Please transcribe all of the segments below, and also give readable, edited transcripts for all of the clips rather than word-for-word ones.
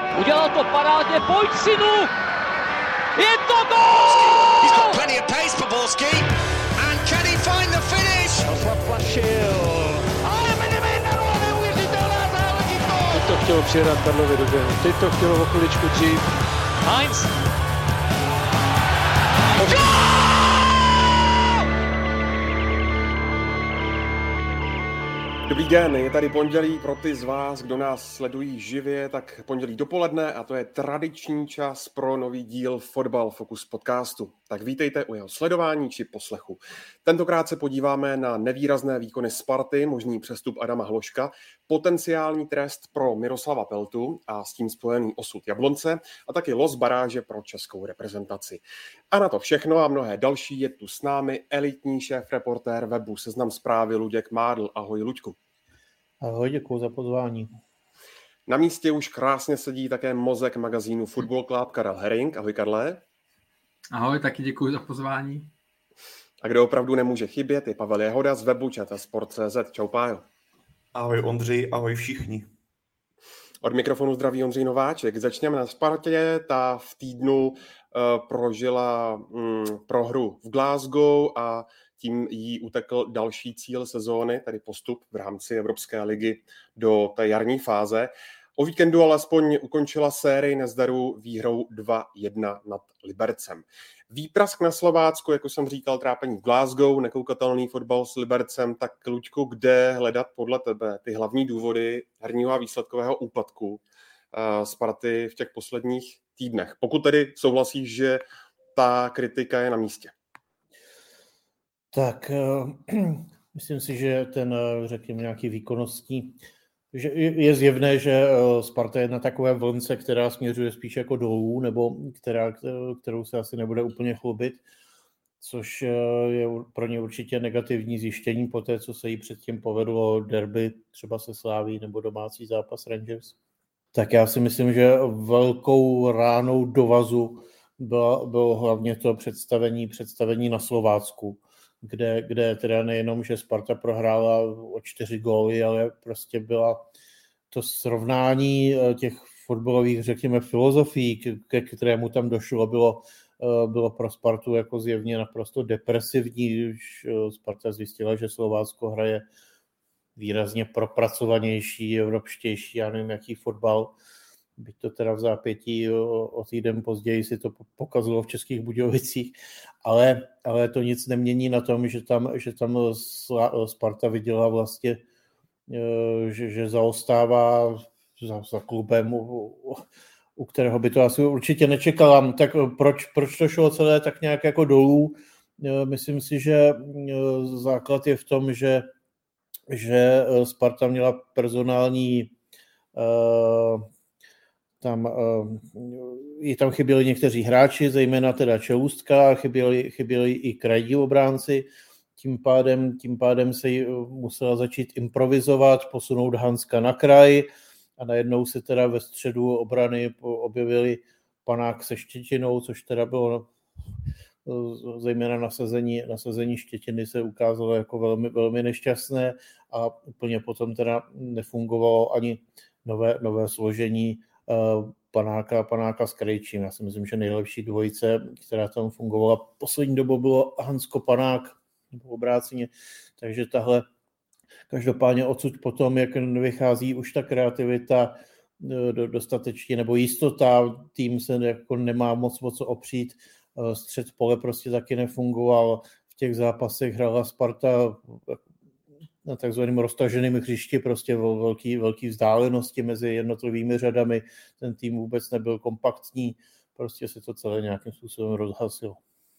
Udělal to parádně, pojď synu! Je to gól! He's got plenty of pace for Borski. And can he find the finish? Zaplašil. Ale Medvedev, neuvěřitelná záležitost! Teď to chtělo přijedat Karlovi do běhu, teď to chtělo o chviličku dřív. Heinz! Dobrý den, je tady pondělí pro ty z vás, kdo nás sledují živě, tak pondělí dopoledne a to je tradiční čas pro nový díl Fotbal Focus podcastu. Tak vítejte u jeho sledování či poslechu. Tentokrát se podíváme na nevýrazné výkony Sparty, možný přestup Adama Hloška, potenciální trest pro Miroslava Peltu a s tím spojený osud Jablonce a taky los baráže pro českou reprezentaci. A na to všechno a mnohé další je tu s námi elitní šéfreportér webu Seznam Zprávy Luděk Mádl. Ahoj Luďku. Ahoj, děkuji za pozvání. Na místě už krásně sedí také mozek magazínu Football Club Karel Herring. Ahoj Karle. Ahoj, taky děkuji za pozvání. A kdo opravdu nemůže chybět, je Pavel Jehoda z webu ČT-sport.cz. Čau Pájo. Ahoj Ondřej, ahoj všichni. Od mikrofonu zdraví Ondřej Nováček. Začněme na Spartě. Ta v týdnu prožila prohru v Glasgow a tím jí utekl další cíl sezóny, tedy postup v rámci Evropské ligy do té jarní fáze. O víkendu alespoň ukončila sérii nezdarů výhrou 2-1 nad Libercem. Výprask na Slovácku, jako jsem říkal, trápení v Glasgow, nekoukatelný fotbal s Libercem, tak Luďku, kde hledat podle tebe ty hlavní důvody herního a výsledkového úpadku Sparty v těch posledních týdnech? Pokud tedy souhlasíš, že ta kritika je na místě. Tak, myslím si, že ten, řekněme, nějaký výkonnostní, že je zjevné, že Sparta je na takové vlnce, která směřuje spíš jako dolů, nebo kterou se asi nebude úplně chlubit, což je pro ně určitě negativní zjištění po té, co se jí předtím povedlo derby třeba se Slaví nebo domácí zápas Rangers. Tak já si myslím, že velkou ránou do vazu bylo hlavně to představení na Slovácku, kde teda nejenom, že Sparta prohrála o 4 góly, ale prostě byla to srovnání těch fotbalových, řekněme, filozofií, ke kterému tam došlo, bylo pro Spartu jako zjevně naprosto depresivní. Už Sparta zjistila, že Slovácko hraje výrazně propracovanější, evropštější, já nevím, jaký fotbal. Byť to teda v zápětí o týden později si to pokazalo v Českých Budějovicích, ale to nic nemění na tom, že tam Sparta viděla vlastně, že zaostává za klubem, u kterého by to asi určitě nečekala. Tak proč to šlo celé tak nějak jako dolů? Myslím si, že základ je v tom, že Sparta měla personální tam chyběli někteří hráči, zejména teda Čelůstka, chyběli i krajní obránci, tím pádem se musela začít improvizovat, posunout Hanska na kraj a najednou se teda ve středu obrany objevili Panák se Štětinou, což teda bylo zejména nasazení Štětiny se ukázalo jako velmi, velmi nešťastné a úplně potom teda nefungovalo ani nové složení Panáka s Krejčím. Já si myslím, že nejlepší dvojice, která tam fungovala poslední dobou, bylo Hansko Panák, nebo obráceně. Takže tahle každopádně odsud potom, jak vychází už ta kreativita dostatečně, nebo jistota, tým se jako nemá moc o co opřít, střed pole prostě taky nefungoval. V těch zápasech hrála Sparta na takzvaným roztaženým hřišti, prostě velký vzdálenosti mezi jednotlivými řadami. Ten tým vůbec nebyl kompaktní, prostě se to celé nějakým způsobem rozhasilo.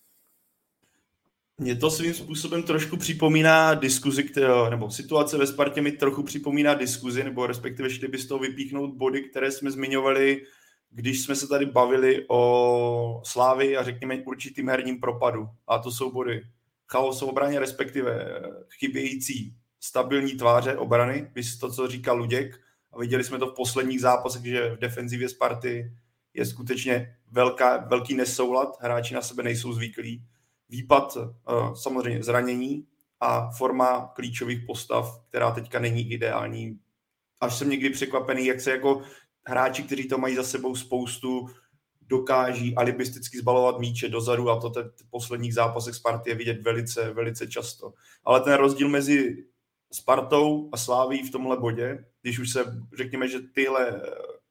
Mně to svým způsobem trošku připomíná diskuzi, nebo situace ve Spartě mi trochu připomíná diskuzi, nebo respektive šli by z toho vypíchnout body, které jsme zmiňovali, když jsme se tady bavili o Slávii a řekněme určitým herním propadu. A to jsou body chaos v obraně, respektive chybějící stabilní tváře obrany, víš to, co říkal Luděk, a viděli jsme to v posledních zápasech, že v defenzivě Sparty je skutečně velký nesoulad, hráči na sebe nejsou zvyklí. Výpad, samozřejmě zranění a forma klíčových postav, která teďka není ideální. Až jsem někdy překvapený, jak se jako hráči, kteří to mají za sebou spoustu, dokáží alibisticky zbalovat míče dozadu a to v posledních zápasech Sparty je vidět velice, velice často. Ale ten rozdíl mezi Spartou a Slavií v tomhle bodě, když už se řekněme, že tyhle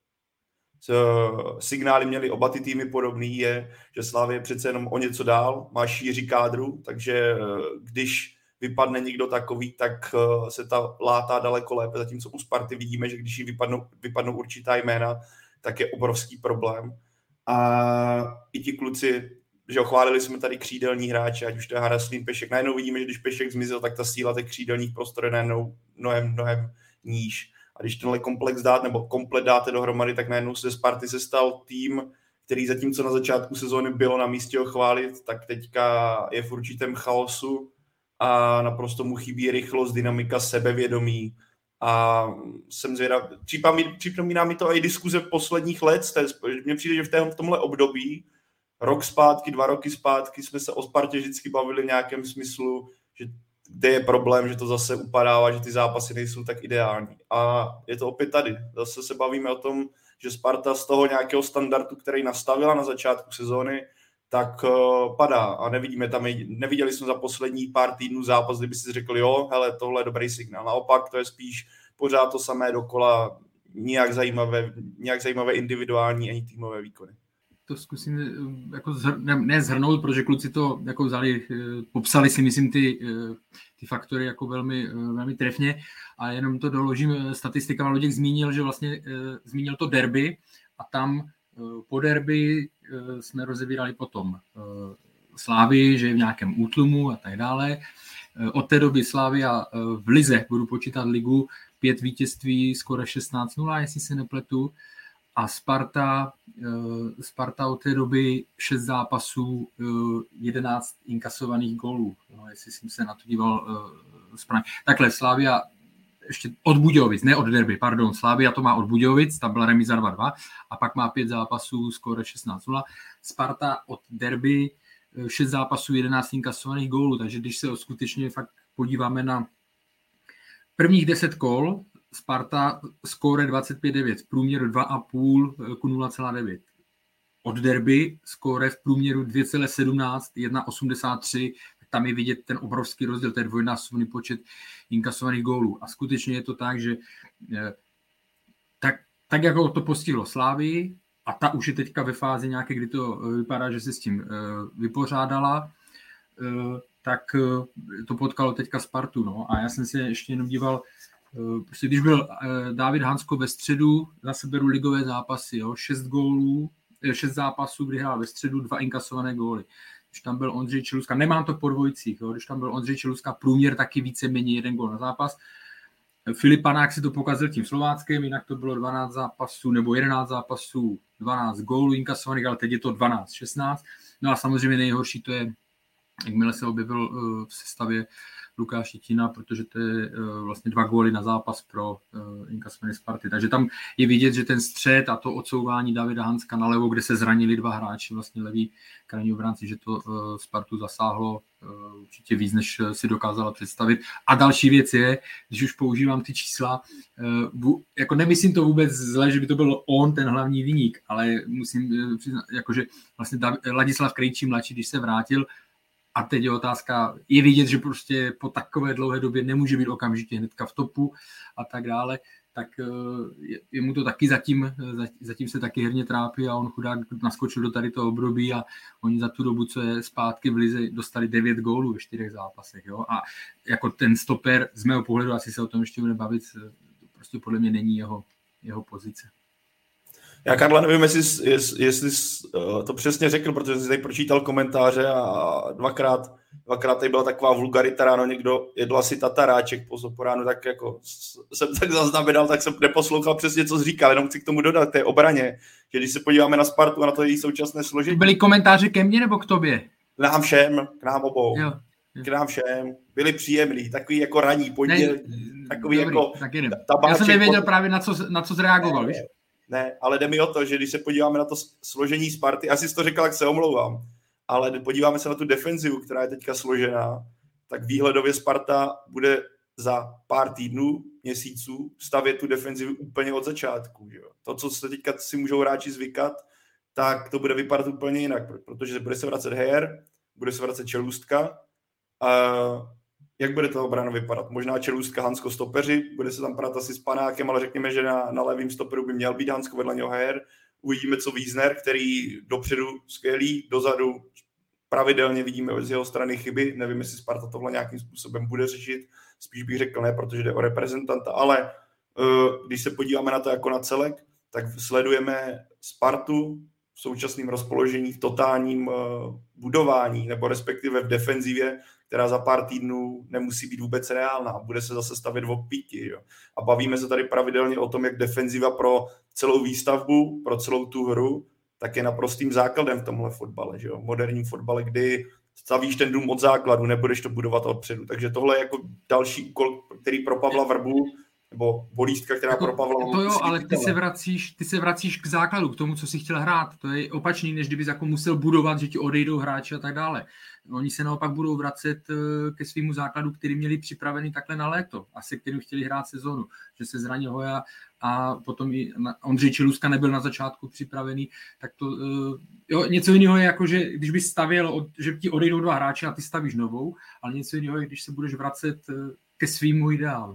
signály měly oba ty týmy podobný, je, že Slavia je přece jenom o něco dál, má šíři kádru, takže když vypadne někdo takový, tak se ta látá daleko lépe, zatímco u Sparty vidíme, že když jí vypadnou určitá jména, tak je obrovský problém. A i ti kluci, že chválili jsme tady křídelní hráče, ať už to je Haraslín, Pešek, najednou vidíme, že když Pešek zmizel, tak ta síla těch křídelních prostor je najednou mnohem níž. A když tenhle komplet dáte dohromady, tak najednou se Sparty se stal tým, který zatímco na začátku sezóny bylo na místě ho chválit, tak teďka je v určitém chaosu a naprosto mu chybí rychlost, dynamika, sebevědomí. A jsem zvědav, připomíná mi to i diskuze posledních let. Mně přijde, že v tomhle období, rok zpátky, 2 roky zpátky, jsme se o Spartě vždycky bavili v nějakém smyslu, že kde je problém, že to zase upadává, že ty zápasy nejsou tak ideální. A je to opět tady. Zase se bavíme o tom, že Sparta z toho nějakého standardu, který nastavila na začátku sezóny, tak padá. A neviděli jsme za poslední pár týdnů zápas, kdyby si řekl, jo, hele, tohle je dobrý signál. Naopak to je spíš pořád to samé dokola, nijak zajímavé individuální ani týmové výkony. To zkusím jako zhrnout, protože kluci to jako vzali, popsali si, myslím, ty faktory jako velmi, velmi trefně a jenom to doložím statistikama. Luděk zmínil, že vlastně zmínil to derby a tam po derby jsme rozebírali potom Slávii, že je v nějakém útlumu a tak dále. Od té doby Slavia v lize, budu počítat ligu, 5 vítězství, skoro 16-0, jestli se nepletu. A Sparta od té doby 6 zápasů, 11 inkasovaných gólů. No, jestli jsem se na to díval správně. Takhle, Slavia ještě od Budějovic, ne od derby, pardon. Slavia to má od Budějovic, ta byla remíza 2-2 a pak má 5 zápasů, skoro 16-0. Sparta od derby 6 zápasů, 11 inkasovaných gólů. Takže když se skutečně fakt podíváme na prvních 10 kol, Sparta skóre 25-9, v průměru 2,5 ku 0,9. Od derby skóre v průměru 2,17, 1,83, tam je vidět ten obrovský rozdíl, to je dvojnásobný počet inkasovaných gólů. A skutečně je to tak, že tak jako to postihlo Slávii, a ta už je teďka ve fázi nějaké, kdy to vypadá, že se s tím vypořádala, tak to potkalo teďka Spartu. No. A já jsem se ještě jenom díval, prostě když byl David Hansko ve středu, zase beru ligové zápasy, jo, 6 zápasů, kdy hrál ve středu, 2 inkasované góly. Když tam byl Ondřej Čeluska, nemám to po dvojicích, jo, když tam byl Ondřej Čeluska, průměr taky víceméně 1 gól na zápas. Filip Panák si to pokazil tím Slováckem, jinak to bylo 12 zápasů nebo 11 zápasů, 12 gólů inkasovaných, ale teď je to 12, 16. No a samozřejmě nejhorší to je, jakmile se objevil v sestavě Lukáš Jitina, protože to je vlastně 2 góly na zápas pro inkasované Sparty. Takže tam je vidět, že ten střed a to odsouvání Davida Hanska na levo, kde se zranili 2 hráči, vlastně levý krajní obránci, že to Spartu zasáhlo určitě víc, než si dokázala představit. A další věc je, když už používám ty čísla, jako nemyslím to vůbec zle, že by to byl on ten hlavní viník, ale musím přiznat, jakože vlastně Ladislav Krejčí mladší, když se vrátil, a teď je otázka, je vidět, že prostě po takové dlouhé době nemůže být okamžitě hnedka v topu a tak dále, tak je mu to taky zatím se taky herně trápí a on chudák naskočil do tady toho období a oni za tu dobu, co je zpátky v lize, dostali 9 gólů ve 4 zápasech. Jo? A jako ten stoper, z mého pohledu, asi se o tom ještě bude bavit, prostě podle mě není jeho pozice. Já, Karle, nevím, jestli to přesně řekl, protože jsem si tady pročítal komentáře a dvakrát tady byla taková vulgarita ráno, někdo jedl asi tataráček po ránu, tak jako jsem tak zaznamenal, tak jsem neposlouchal přesně, co jsi říkal, jenom chci k tomu dodat, k té obraně, že když se podíváme na Spartu a na to její současné složení. Byly komentáře ke mně nebo k tobě? K nám všem, k nám obou. Jo. K nám všem. Byli příjemný, takový jako raní pondělí, takový dobrý, jako tabáček. Já jsem nevěděl právě na co zreagoval, víš? Ne, ale jde mi o to, že když se podíváme na to složení Sparty, asi jsi to řekl, jak se omlouvám, ale podíváme se na tu defenzivu, která je teďka složená, tak výhledově Sparta bude za pár týdnů, měsíců stavět tu defenzivu úplně od začátku. Jo. To, co se teďka si můžou hráči zvykat, tak to bude vypadat úplně jinak, protože bude se vracet Heyer, bude se vracet Čelůstka. A jak bude ta obrana vypadat? Možná Čelůstka, Hansko, stopeři, bude se tam prát asi s Panákem, ale řekněme, že na levém stoperu by měl být Hansko, vedle něho Heyer. Uvidíme, co Wiesner, který dopředu skvělý, dozadu pravidelně vidíme z jeho strany chyby. Nevím, jestli Sparta tohle nějakým způsobem bude řešit. Spíš bych řekl ne, protože jde o reprezentanta, ale když se podíváme na to jako na celek, tak sledujeme Spartu v současném rozpoložení, v totálním budování, nebo respektive v defenzivě, která za pár týdnů nemusí být vůbec reálná. Bude se zase stavět o píti. Jo. A bavíme se tady pravidelně o tom, jak defenziva pro celou výstavbu, pro celou tu hru, tak je naprostým základem v tomhle fotbale. Že jo. Moderním fotbale, kdy stavíš ten dům od základu, nebudeš to budovat odpředu. Takže tohle je jako další úkol, který pro Pavla Vrbu, nebo bolístka, která jako, pro Pavla... To jo, ale ty se vracíš k základu, k tomu, co jsi chtěl hrát. To je opačný, než kdybys jako musel budovat, že ti odejdou hráči a tak dále. Oni se naopak budou vracet ke svému základu, který měli připravený takhle na léto a se kterým chtěli hrát sezonu. Že se zranil Hoja a potom i Ondřej Čelůstka nebyl na začátku připravený. Tak to jo, něco jiného je jako, že když bys stavěl, že ti odejdou dva hráči a ty stavíš novou, ale něco jiného je, když se budeš vracet ke svýmu ideálu.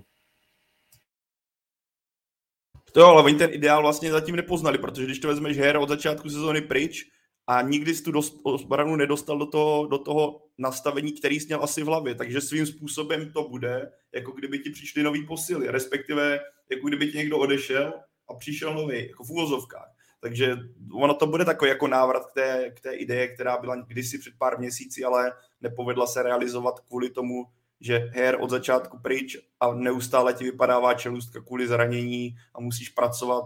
To jo, ale oni ten ideál vlastně zatím nepoznali, protože když to vezmeš Heyer od začátku sezóny pryč a nikdy jsi tu obranu nedostal do toho nastavení, který jsi měl asi v hlavě, takže svým způsobem to bude, jako kdyby ti přišly nový posily, respektive jako kdyby ti někdo odešel a přišel nový, jako v úvozovkách. Takže ono to bude takový jako návrat k té ideje, která byla kdysi před pár měsíci, ale nepovedla se realizovat kvůli tomu, že Heyer od začátku pryč a neustále ti vypadává Čelůstka kvůli zranění a musíš pracovat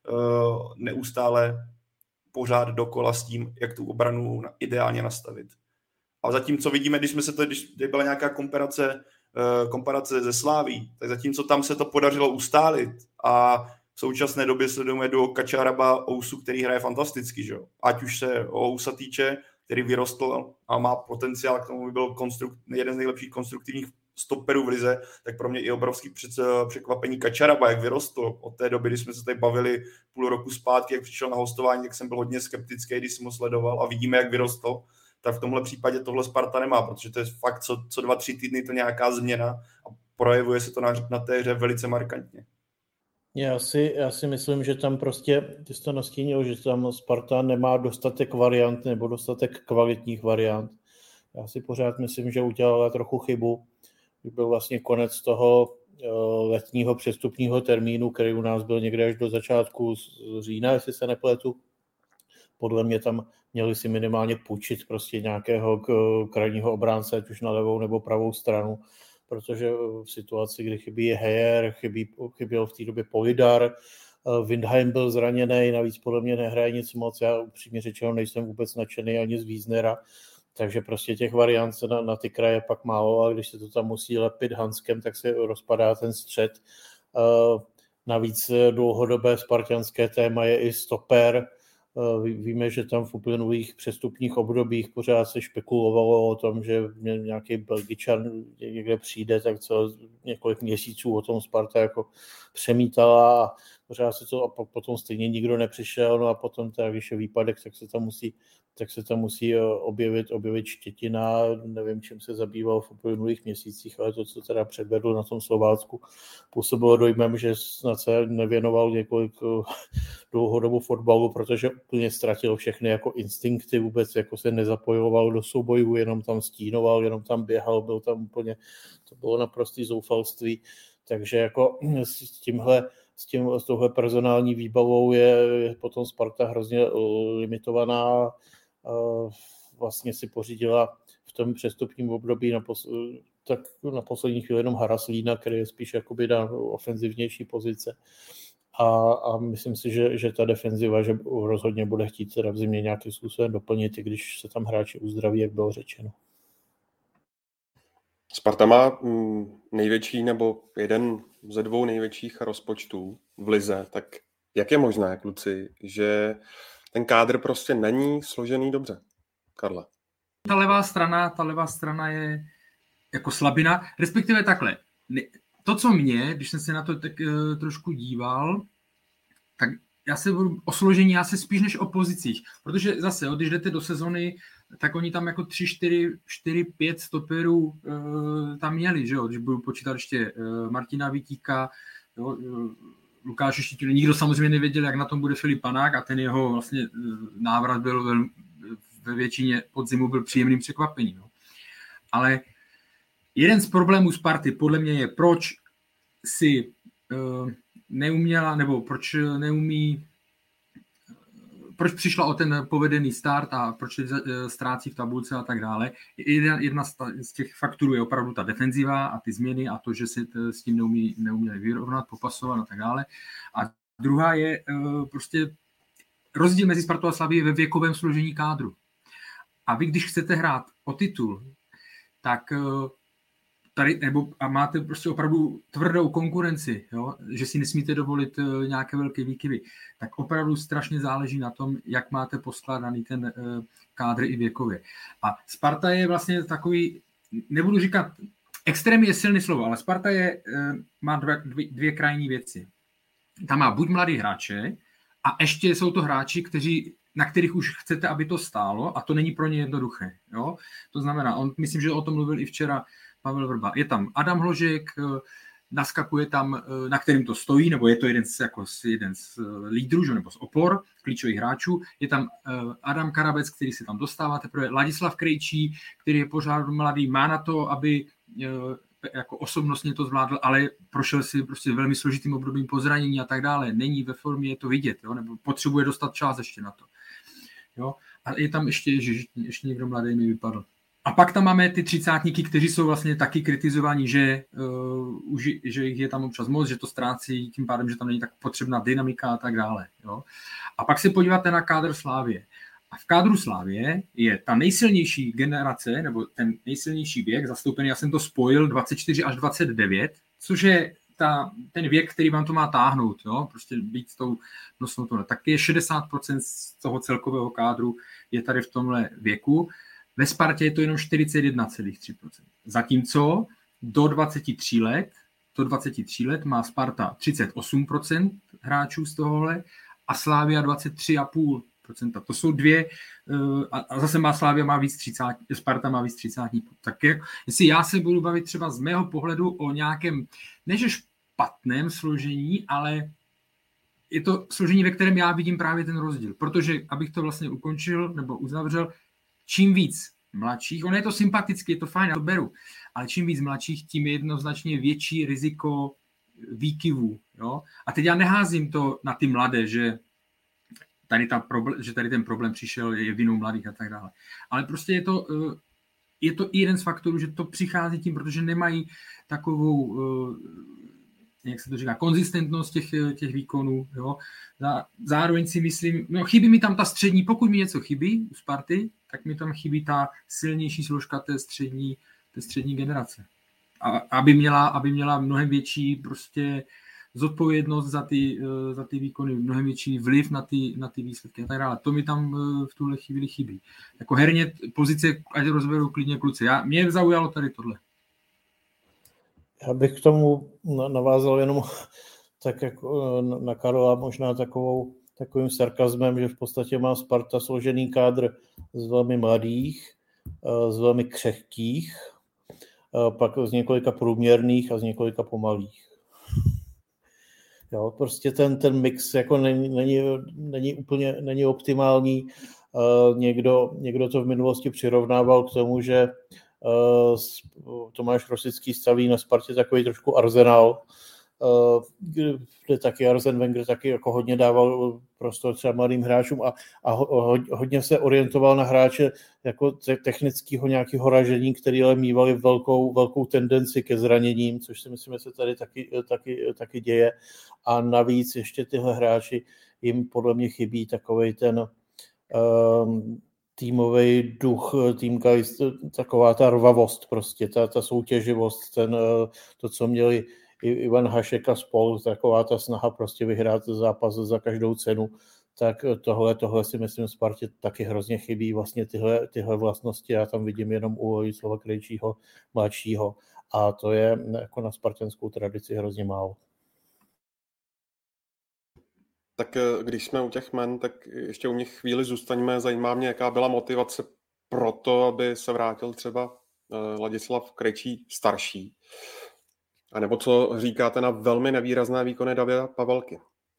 neustále pořád dokola s tím, jak tu obranu ideálně nastavit. A zatímco vidíme, když byla nějaká komparace ze Sláví, tak zatímco tam se to podařilo ustálit a v současné době sledujeme duo Kačaraba Ousu, který hraje fantasticky, že? Ať už se o Ousa týče, který vyrostl a má potenciál k tomu, by byl jeden z nejlepších konstruktivních stoperů v lize, tak pro mě i obrovský překvapení Kačaraba, jak vyrostl. Od té doby, kdy jsme se tady bavili půl roku zpátky, jak přišel na hostování, tak jsem byl hodně skeptický, když jsem ho sledoval a vidíme, jak vyrostl. Tak v tomhle případě tohle Sparta nemá, protože to je fakt co 2-3 týdny to nějaká změna a projevuje se to na té hře velice markantně. Já si myslím, že tam prostě, ty jsi to nastínil, že tam Sparta nemá dostatek variant nebo dostatek kvalitních variant. Já si pořád myslím, že udělala trochu chybu. Byl vlastně konec toho letního přestupního termínu, který u nás byl někde až do začátku října, jestli se nepletu. Podle mě tam měli si minimálně půjčit prostě nějakého krajního obránce, ať už na levou nebo pravou stranu, protože v situaci, kdy chybí Heyer, chyběl v té době Polidar, Windheim byl zraněný, navíc podle mě nehraje nic moc, já upřímně řečeno nejsem vůbec nadšený ani z Wiesnera, takže prostě těch variant na ty kraje pak málo a když se to tam musí lepit Hanskem, tak se rozpadá ten střed. Navíc dlouhodobé spartanské téma je i stoper. Víme, že tam v uplynulých přestupních obdobích pořád se špekulovalo o tom, že nějaký Belgičan někde přijde, tak několik měsíců o tom Sparta jako přemítala a pořád se to a potom stejně nikdo nepřišel, no a potom když je výpadek, tak se tam musí objevit Štětina, nevím, čím se zabýval v uplynulých měsících, ale to, co teda předvedl na tom Slovácku, působilo dojmem, že snad se nevěnoval několik dlouhodobu fotbalu, protože úplně ztratil všechny jako instinkty, vůbec jako se nezapojoval do soubojů, jenom tam stínoval, jenom tam běhal, byl tam úplně, to bylo naprostý zoufalství, takže jako s touhle personální výbavou je potom Sparta hrozně limitovaná. Vlastně si pořídila v tom přestupním období na poslední chvíli jenom Haraslína, který je spíš jakoby na ofenzivnější pozice. A myslím si, že ta defenziva že rozhodně bude chtít teda v zimě nějakým způsobem doplnit, i když se tam hráči uzdraví, jak bylo řečeno. Sparta má největší nebo jeden ze dvou největších rozpočtů v lize, tak jak je možné, kluci, že ten kádr prostě není složený dobře? Karle. Ta levá strana je jako slabina, respektive takhle. to, co mě, když jsem se na to tak trošku díval, tak já se spíš než o pozicích, protože zase, když jdete do sezony, tak oni tam jako 3-4-5 stoperů tam měli, že jo? Když budu počítat ještě Martina Vítíka, jo, Lukáše Štítilu, nikdo samozřejmě nevěděl, jak na tom bude Filip Panák a ten jeho vlastně návrat byl ve většině podzimu byl příjemným překvapením. No. Ale jeden z problémů Sparty podle mě je, proč si neuměla, nebo proč přišla o ten povedený start a proč ztrácí v tabulce a tak dále. Jedna z těch faktorů je opravdu ta defenziva a ty změny a to, že si s tím neuměli vyrovnat, popasovat a tak dále. A druhá je prostě rozdíl mezi Spartou a Slavií ve věkovém složení kádru. A vy, když chcete hrát o titul, tak tady, a máte prostě opravdu tvrdou konkurenci, jo, že si nesmíte dovolit nějaké velké výkyvy, tak opravdu strašně záleží na tom, jak máte poskládaný ten kádr i věkově. A Sparta je vlastně takový, nebudu říkat, extrém je silné slovo, ale Sparta má dvě krajní věci. Tam má buď mladý hráče a ještě jsou to hráči, na kterých už chcete, aby to stálo a to není pro ně jednoduché. Jo? To znamená, myslím, že o tom mluvil i včera Pavel Vrba. Je tam Adam Hložek, naskakuje tam, na kterým to stojí, nebo je to jeden z lídrů, nebo z opor, klíčových hráčů. Je tam Adam Karabec, který se tam dostává teprve, Ladislav Krejčí, který je pořád mladý, má na to, aby jako osobnostně to zvládl, ale prošel si prostě velmi složitým obdobím po zranění a tak dále. Není ve formě, je to vidět, jo? Nebo potřebuje dostat čas ještě na to. Jo? A je tam ještě někdo mladý mi vypadl. A pak tam máme ty třicátníky, kteří jsou vlastně taky kritizovaní, že jich je tam občas moc, že to ztrácí tím pádem, že tam není tak potřebná dynamika a tak dále. Jo? A pak se podíváte na kádr Slavie. A v kádru Slavie je ta nejsilnější generace, nebo ten nejsilnější věk zastoupený, já jsem to spojil, 24 až 29, což je ten věk, který vám to má táhnout, jo? Prostě být s tou nosnou tohle. Tak je 60% z toho celkového kádru je tady v tomhle věku. Ve Spartě je to jenom 41,3%. Zatímco do 23 let má Sparta 38% hráčů z tohohle a Slavia 23,5%. To jsou dvě, a zase Slavia má víc 30, Sparta má víc 30. Tak jestli já se budu bavit třeba z mého pohledu o nějakém, než špatném složení, ale je to složení, ve kterém já vidím právě ten rozdíl. Protože, abych to vlastně ukončil nebo uzavřel, čím víc mladších, ono je to sympatické, je to fajn, já to beru, ale čím víc mladších, tím je jednoznačně větší riziko výkyvů. Jo? A teď já neházím to na ty mladé, že tady ten problém přišel, je vinou mladých a tak dále. Ale prostě je to i jeden z faktorů, že to přichází tím, protože nemají takovou, jak se to říká, konzistentnost těch výkonů. Jo? Zároveň si myslím, chybí mi tam ta střední, pokud mi něco chybí u Sparty, tak mi tam chybí ta silnější složka té střední generace. A aby měla mnohem větší prostě zodpovědnost za ty výkony, mnohem větší vliv na ty výsledky a tak dále. To mi tam v tuhle chvíli chybí. Jako herně pozice, ať rozberou klidně kluci. Mě zaujalo tady tohle. Já bych k tomu navázal jenom tak jako na Karola možná takovým sarkazmem, že v podstatě má Sparta složený kádr z velmi mladých, z velmi křehkých, pak z několika průměrných a z několika pomalých. Jo, prostě ten mix jako není optimální. Někdo to v minulosti přirovnával k tomu, že Tomáš Rosický staví na Spartě takový trošku arzenál, kde taky Arsene Wenger taky jako hodně dával prostor třeba mladým hráčům a hodně se orientoval na hráče jako technického nějakého ražení, který ale mívali velkou tendenci ke zraněním, což si myslím, že se tady taky děje. A navíc ještě tyhle hráči jim podle mě chybí takovej ten týmový duch, taková ta rvavost prostě, ta soutěživost, to, co měli Ivan Hašek a spol, taková ta snaha prostě vyhrát zápas za každou cenu, tak tohle si myslím Spartě taky hrozně chybí, vlastně tyhle vlastnosti já tam vidím jenom u Ladislava Krejčího mladšího a to je jako na spartanskou tradici hrozně málo. Tak když jsme u těch men, tak ještě u nich chvíli zůstaňme. Zajímá mě, jaká byla motivace pro to, aby se vrátil třeba Ladislav Krejčí starší. A nebo co říkáte na velmi nevýrazné výkony Davida Pavelky?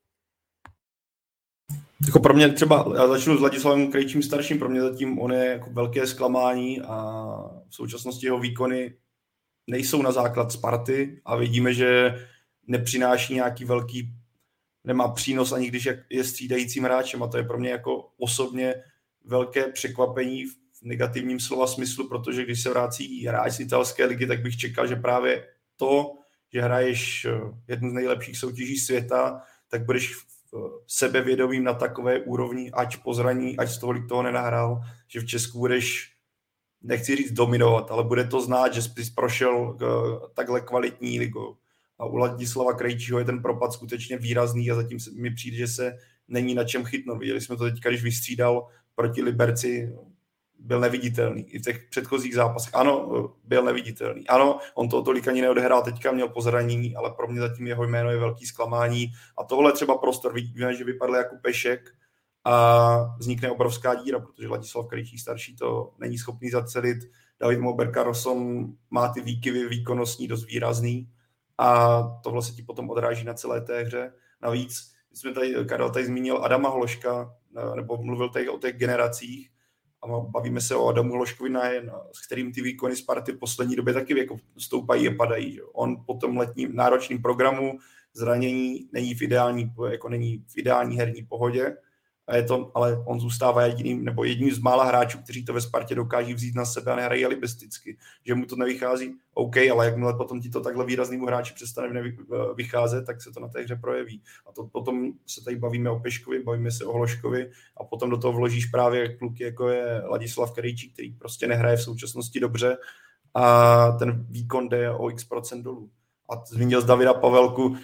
Jako pro mě třeba, já začnu s Ladislavem Krejčím starším, pro mě zatím on je jako velké zklamání a v současnosti jeho výkony nejsou na základ Sparty a vidíme, že nepřináší nějaký velký, nemá přínos ani když je střídajícím hráčem a to je pro mě jako osobně velké překvapení v negativním slova smyslu, protože když se vrací hráč z italské ligy, tak bych čekal, že právě to, že hraješ jednu z nejlepších soutěží světa, tak budeš sebevědomým na takové úrovni, ať po zraní, ať z toho nenahrál, že v Česku budeš, nechci říct dominovat, ale bude to znát, že jsi prošel takhle kvalitní ligou. A u Ladislava Krejčího je ten propad skutečně výrazný a zatím mi přijde, že se není na čem chytnout. Viděli jsme to teďka, když vystřídal proti Liberci, byl neviditelný. I v těch předchozích zápasech. Ano, byl neviditelný. Ano, on to tolik ani neodehrál, teďka měl po zranění, ale pro mě zatím jeho jméno je velký zklamání. A tohle třeba prostor, vidíme, že vypadl jako pešek a vznikne obrovská díra, protože Ladislav Krejčí starší to není schopný zacelit. David Moberka-Rosson má ty výkyvy výkonnostní dost výrazný a tohle se ti potom odráží na celé té hře. Navíc, jsme tady, Karel tady zmínil Adama Hloška, nebo mluvil tady o těch generacích, a bavíme se o Adamu Hloškovi, s kterým ty výkony Sparty v poslední době taky jako stoupají a padají. Že? On po tom letním náročným programu zranění není v ideální herní pohodě, a je to, ale on zůstává jedním z mála hráčů, kteří to ve Spartě dokáží vzít na sebe a nehrají alibisticky. Že mu to nevychází, OK, ale jakmile potom ti to takhle výraznému hráči přestane vycházet, tak se to na té hře projeví. A to potom se tady bavíme o Peškovi, bavíme se o Hloškovi a potom do toho vložíš právě kluky, jako je Ladislav Krejčí, který prostě nehraje v současnosti dobře a ten výkon jde o x% dolů. A zmínil z Davida Pavelku,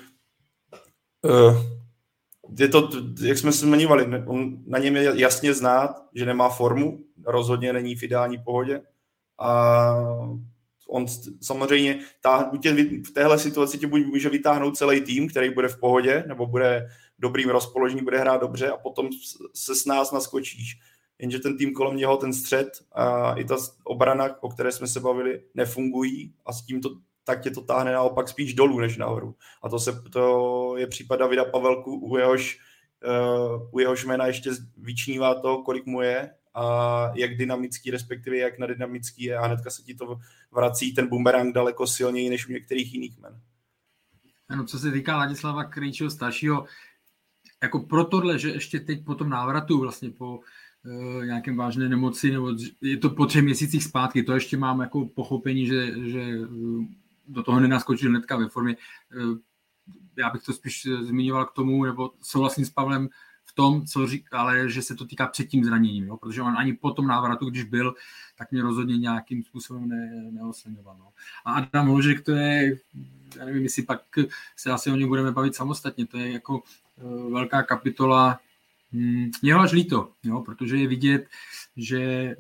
je to, jak jsme se zmiňovali, na něm je jasně znát, že nemá formu, rozhodně není v ideální pohodě a on samozřejmě v téhle situaci tě může vytáhnout celý tým, který bude v pohodě, nebo bude dobrým rozpoložením, bude hrát dobře a potom se s nás naskočíš. Jenže ten tým kolem něho, ten střed a i ta obrana, o které jsme se bavili, nefungují a s tímto tak tě to táhne naopak spíš dolů než nahoru. A to je případ Davida Pavelku, u jehož jména ještě vyčnívá to, kolik mu je a jak dynamický, respektive jak nadynamický je a hnedka se ti to vrací ten bumerang daleko silněji než u některých jiných jmen. Ano, co se týká Ladislava Krejčího staršího, jako pro tohle, že ještě teď po tom návratu vlastně po nějakém vážné nemoci, nebo je to po 3 měsících zpátky, to ještě mám jako pochopení, že do toho nenaskočil hnedka ve formě. Já bych to spíš zmiňoval k tomu, nebo souhlasím s Pavlem v tom, co říká, ale že se to týká před tím zraněním, jo? Protože on ani po tom návratu, když byl, tak mě rozhodně nějakým způsobem neoslňoval. No. A Adam Hložek, to je, já nevím, jestli pak se asi o něm budeme bavit samostatně, to je jako velká kapitola. Mě ho až líto, jo? Protože je vidět, že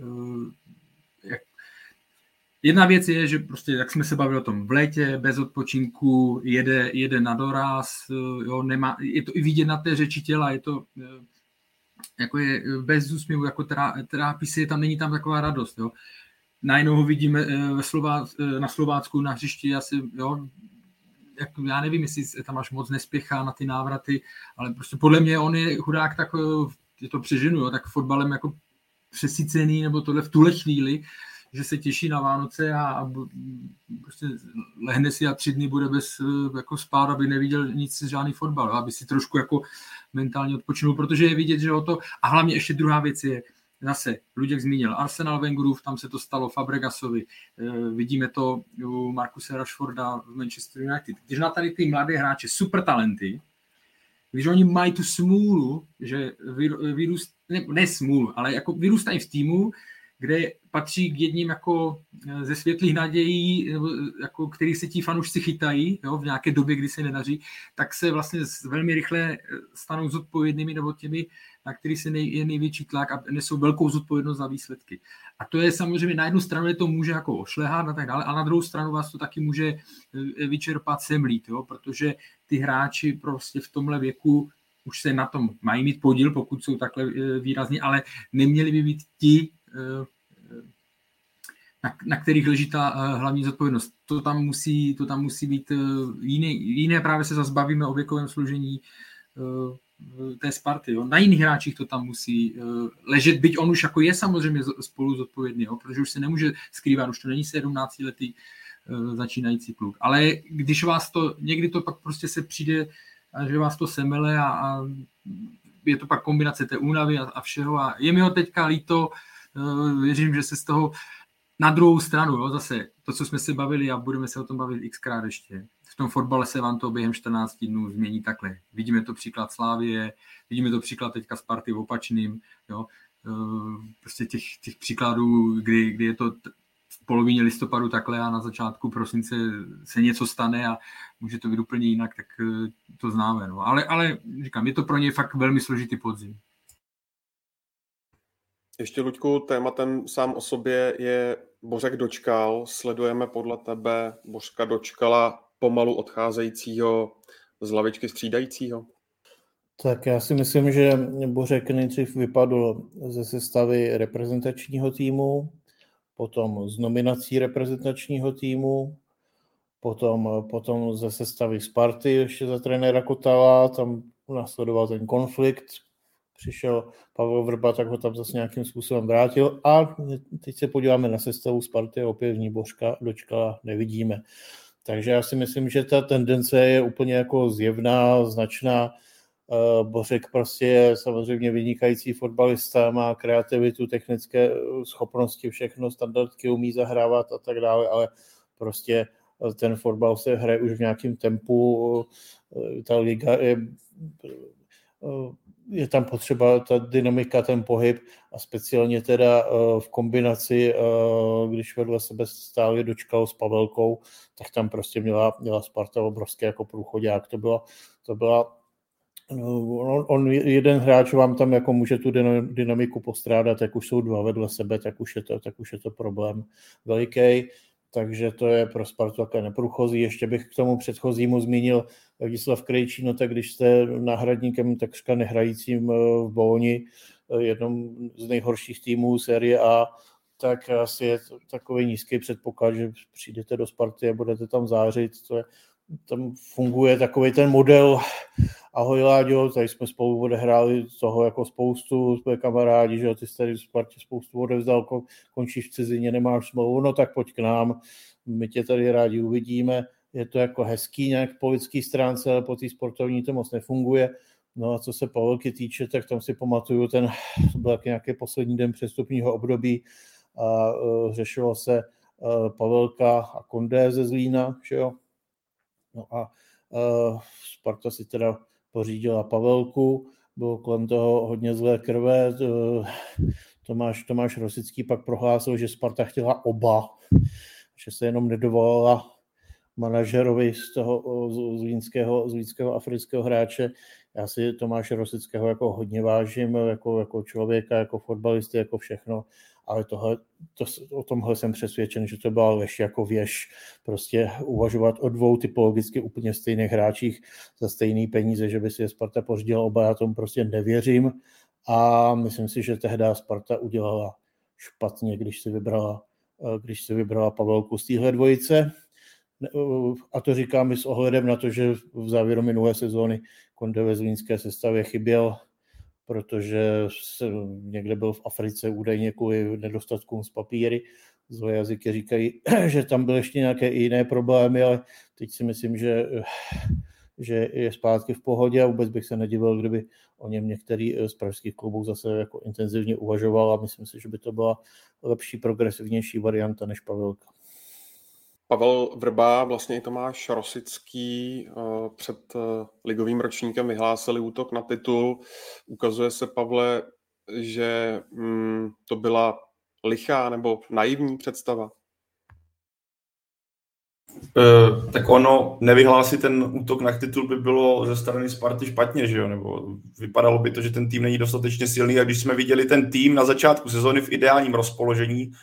jedna věc je, že prostě, jak jsme se bavili o tom, v létě, bez odpočinku, jede na doraz, jo, je to i vidět na té řeči těla, je to jako je bez úsměvu, jako trápí se, tam není tam taková radost, jo. Najednou ho vidíme na Slovácku na hřišti, já nevím, jestli tam až moc nespěchá na ty návraty, ale prostě podle mě on je chudák, tak je to přeženu, jo, tak fotbalem jako přesycený, nebo tohle v tuhle chvíli, že se těší na Vánoce a prostě lehne si a 3 dny bude bez jako spát, aby neviděl nic, žádný fotbal, aby si trošku jako mentálně odpočinul, protože je vidět, že o to, a hlavně ještě druhá věc je, zase Luděk zmínil Arsenal Wengerův, tam se to stalo Fabregasovi, vidíme to u Marcuse Rashforda v Manchester United. Když na tady ty mladé hráče, super talenty, když oni mají tu smůlu, že ne smůlu, ale jako vyrůstají v týmu, kde patří k jedním jako ze světlých nadějí, jako který se ti fanoušci chytají, jo, v nějaké době, kdy se nedaří, tak se vlastně velmi rychle stanou zodpovědnými nebo těmi, na který se je největší tlak a nesou velkou zodpovědnost za výsledky. A to je samozřejmě na jednu stranu je to může jako ošlehat a tak dále, a na druhou stranu vás to taky může vyčerpat semlít, jo, protože ty hráči prostě v tomhle věku už se na tom mají mít podíl, pokud jsou takhle výrazní, ale neměli by být ti, na kterých leží ta hlavní zodpovědnost. To tam musí být jiné, právě se zase bavíme o věkovém složení té Sparty. Jo. Na jiných hráčích to tam musí ležet, byť on už jako je samozřejmě spolu zodpovědný, jo, protože už se nemůže skrývat, už to není 17letý začínající kluk. Ale když vás to, někdy to pak prostě se přijde, že vás to semele a je to pak kombinace té únavy a všeho a je mi ho teďka líto, věřím, že se z toho na druhou stranu, jo, zase to, co jsme se bavili a budeme se o tom bavit xkrát ještě. V tom fotbale se vám to během 14 dnů změní takhle. Vidíme to příklad Slavie, vidíme to příklad teďka Sparty v opačným, jo. Prostě těch příkladů, kdy je to v polovině listopadu takhle a na začátku prosince se něco stane a může to být úplně jinak, tak to známe. No. Ale říkám, je to pro ně fakt velmi složitý podzim. Ještě, Luďku, tématem sám o sobě je Bořek Dočkal. Sledujeme podle tebe Bořka Dočkala pomalu odcházejícího z lavičky střídajícího? Tak já si myslím, že Bořek nejdřív vypadl ze sestavy reprezentačního týmu, potom z nominací reprezentačního týmu, potom ze sestavy Sparty ještě za trenéra Kotala, tam následoval ten konflikt, přišel Pavel Vrba, tak ho tam zase nějakým způsobem vrátil a teď se podíváme na sestavu Sparty a opět v ní Bořka Dočkala nevidíme. Takže já si myslím, že ta tendence je úplně jako zjevná, značná. Bořek prostě je samozřejmě vynikající fotbalista, má kreativitu, technické schopnosti, všechno, standardky umí zahrávat a tak dále, ale prostě ten fotbal se hraje už v nějakém tempu, ta liga je tam potřeba ta dynamika, ten pohyb a speciálně teda v kombinaci, když vedle sebe stáli Dočkal s Pavelkou, tak tam prostě měla Sparta obrovské jako průchodák. To byla on jeden hráč vám tam jako může tu dynamiku postrádat, jak už jsou dva vedle sebe, tak už je to problém veliký. Takže to je pro Spartu také neprůchozí. Ještě bych k tomu předchozímu zmínil Ladislav Krejčí, no tak když jste náhradníkem takřka nehrajícím v Boloni, jednom z nejhorších týmů série A, tak asi je takový nízký předpoklad, že přijdete do Sparty a budete tam zářit. Tam funguje takový ten model ahoj Láďo, tady jsme spolu odehráli toho jako spoustu, jsme kamarádi, že ty jsi tady v Spartě spoustu odevzdal, končíš v cizině, nemáš smlouvu, no tak pojď k nám, my tě tady rádi uvidíme, je to jako hezký nějak po lidský stránce, ale po té sportovní to moc nefunguje. No a co se Pavelky týče, tak tam si pamatuju, to byl nějaký poslední den přestupního období a řešilo se Pavelka a Kondé ze Zlína, že jo. No a Sparta si teda pořídila Pavelku, bylo kolem toho hodně zlé krve. Tomáš Rosický pak prohlásil, že Sparta chtěla oba, že se jenom nedovolala manažerovi z toho zlínského afrického hráče. Já si Tomáše Rosického jako hodně vážím, jako člověka, jako fotbalisty, jako všechno, ale o tomhle jsem přesvědčen, že to byla lež jako věž. Prostě uvažovat o dvou typologicky úplně stejných hráčích za stejný peníze, že by si je Sparta pořídila oba, já tomu prostě nevěřím a myslím si, že tehdy Sparta udělala špatně, když si vybrala Pavelku z téhle dvojice. A to říkám i s ohledem na to, že v závěru minulé sezóny Kondé ve zlínské sestavě chyběl, protože někde byl v Africe údajně kvůli nedostatkům z papíry. Zlé jazyky říkají, že tam byly ještě nějaké jiné problémy, ale teď si myslím, že je zpátky v pohodě a vůbec bych se nedivil, kdyby o něm některý z pražských klubů zase jako intenzivně uvažoval a myslím si, že by to byla lepší, progresivnější varianta než Pavelka. Pavel Vrba, vlastně i Tomáš Rosický před ligovým ročníkem vyhlásili útok na titul. Ukazuje se, Pavle, že to byla lichá nebo naivní představa? Tak ono nevyhlásit ten útok na titul by bylo ze strany Sparty špatně, že jo? Nebo vypadalo by to, že ten tým není dostatečně silný, a když jsme viděli ten tým na začátku sezóny v ideálním rozpoložení,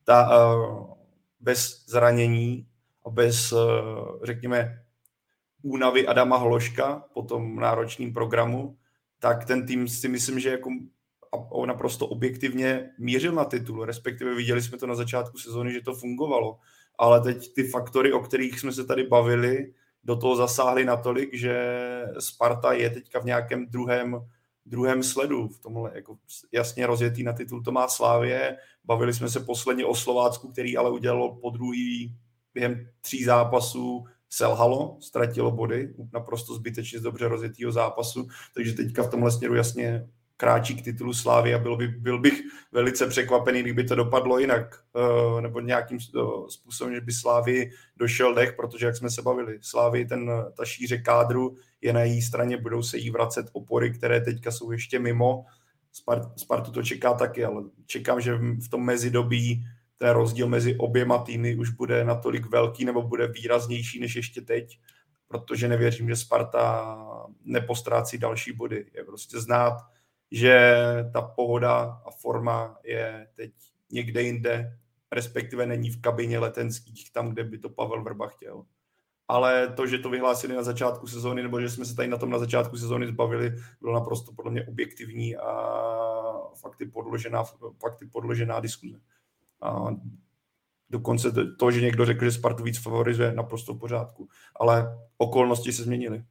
bez zranění a bez, řekněme, únavy Adama Hloška po tom náročném programu, tak ten tým si myslím, že jako naprosto objektivně mířil na titul, respektive viděli jsme to na začátku sezóny, že to fungovalo. Ale teď ty faktory, o kterých jsme se tady bavili, do toho zasáhly natolik, že Sparta je teďka v nějakém druhém sledu. V tomhle jako jasně rozjetý na titul to má Slavie. Bavili jsme se posledně o Slovácku, který ale udělalo podruhý během 3 zápasů selhalo, ztratilo body, naprosto zbytečně z dobře rozjetýho zápasu, takže teďka v tomhle směru jasně kráčí k titulu Slávy a byl bych velice překvapený, kdyby to dopadlo jinak, nebo nějakým způsobem, že by Slávy došel dech, protože jak jsme se bavili, Slávy ta šíře kádru je na její straně, budou se jí vracet opory, které teďka jsou ještě mimo. Spartu to čeká taky, ale čekám, že v tom mezidobí ten rozdíl mezi oběma týmy už bude natolik velký nebo bude výraznější než ještě teď, protože nevěřím, že Sparta nepostrácí další body. Je prostě znát, že ta pohoda a forma je teď někde jinde, respektive není v kabině letenských, tam, kde by to Pavel Vrba chtěl. Ale to, že to vyhlásili na začátku sezóny, nebo že jsme se tady na tom na začátku sezóny zbavili, bylo naprosto podle mě objektivní a fakty podložená diskuze. A dokonce to, že někdo řekl, že Spartu víc favorizuje, naprosto v pořádku. Ale okolnosti se změnily.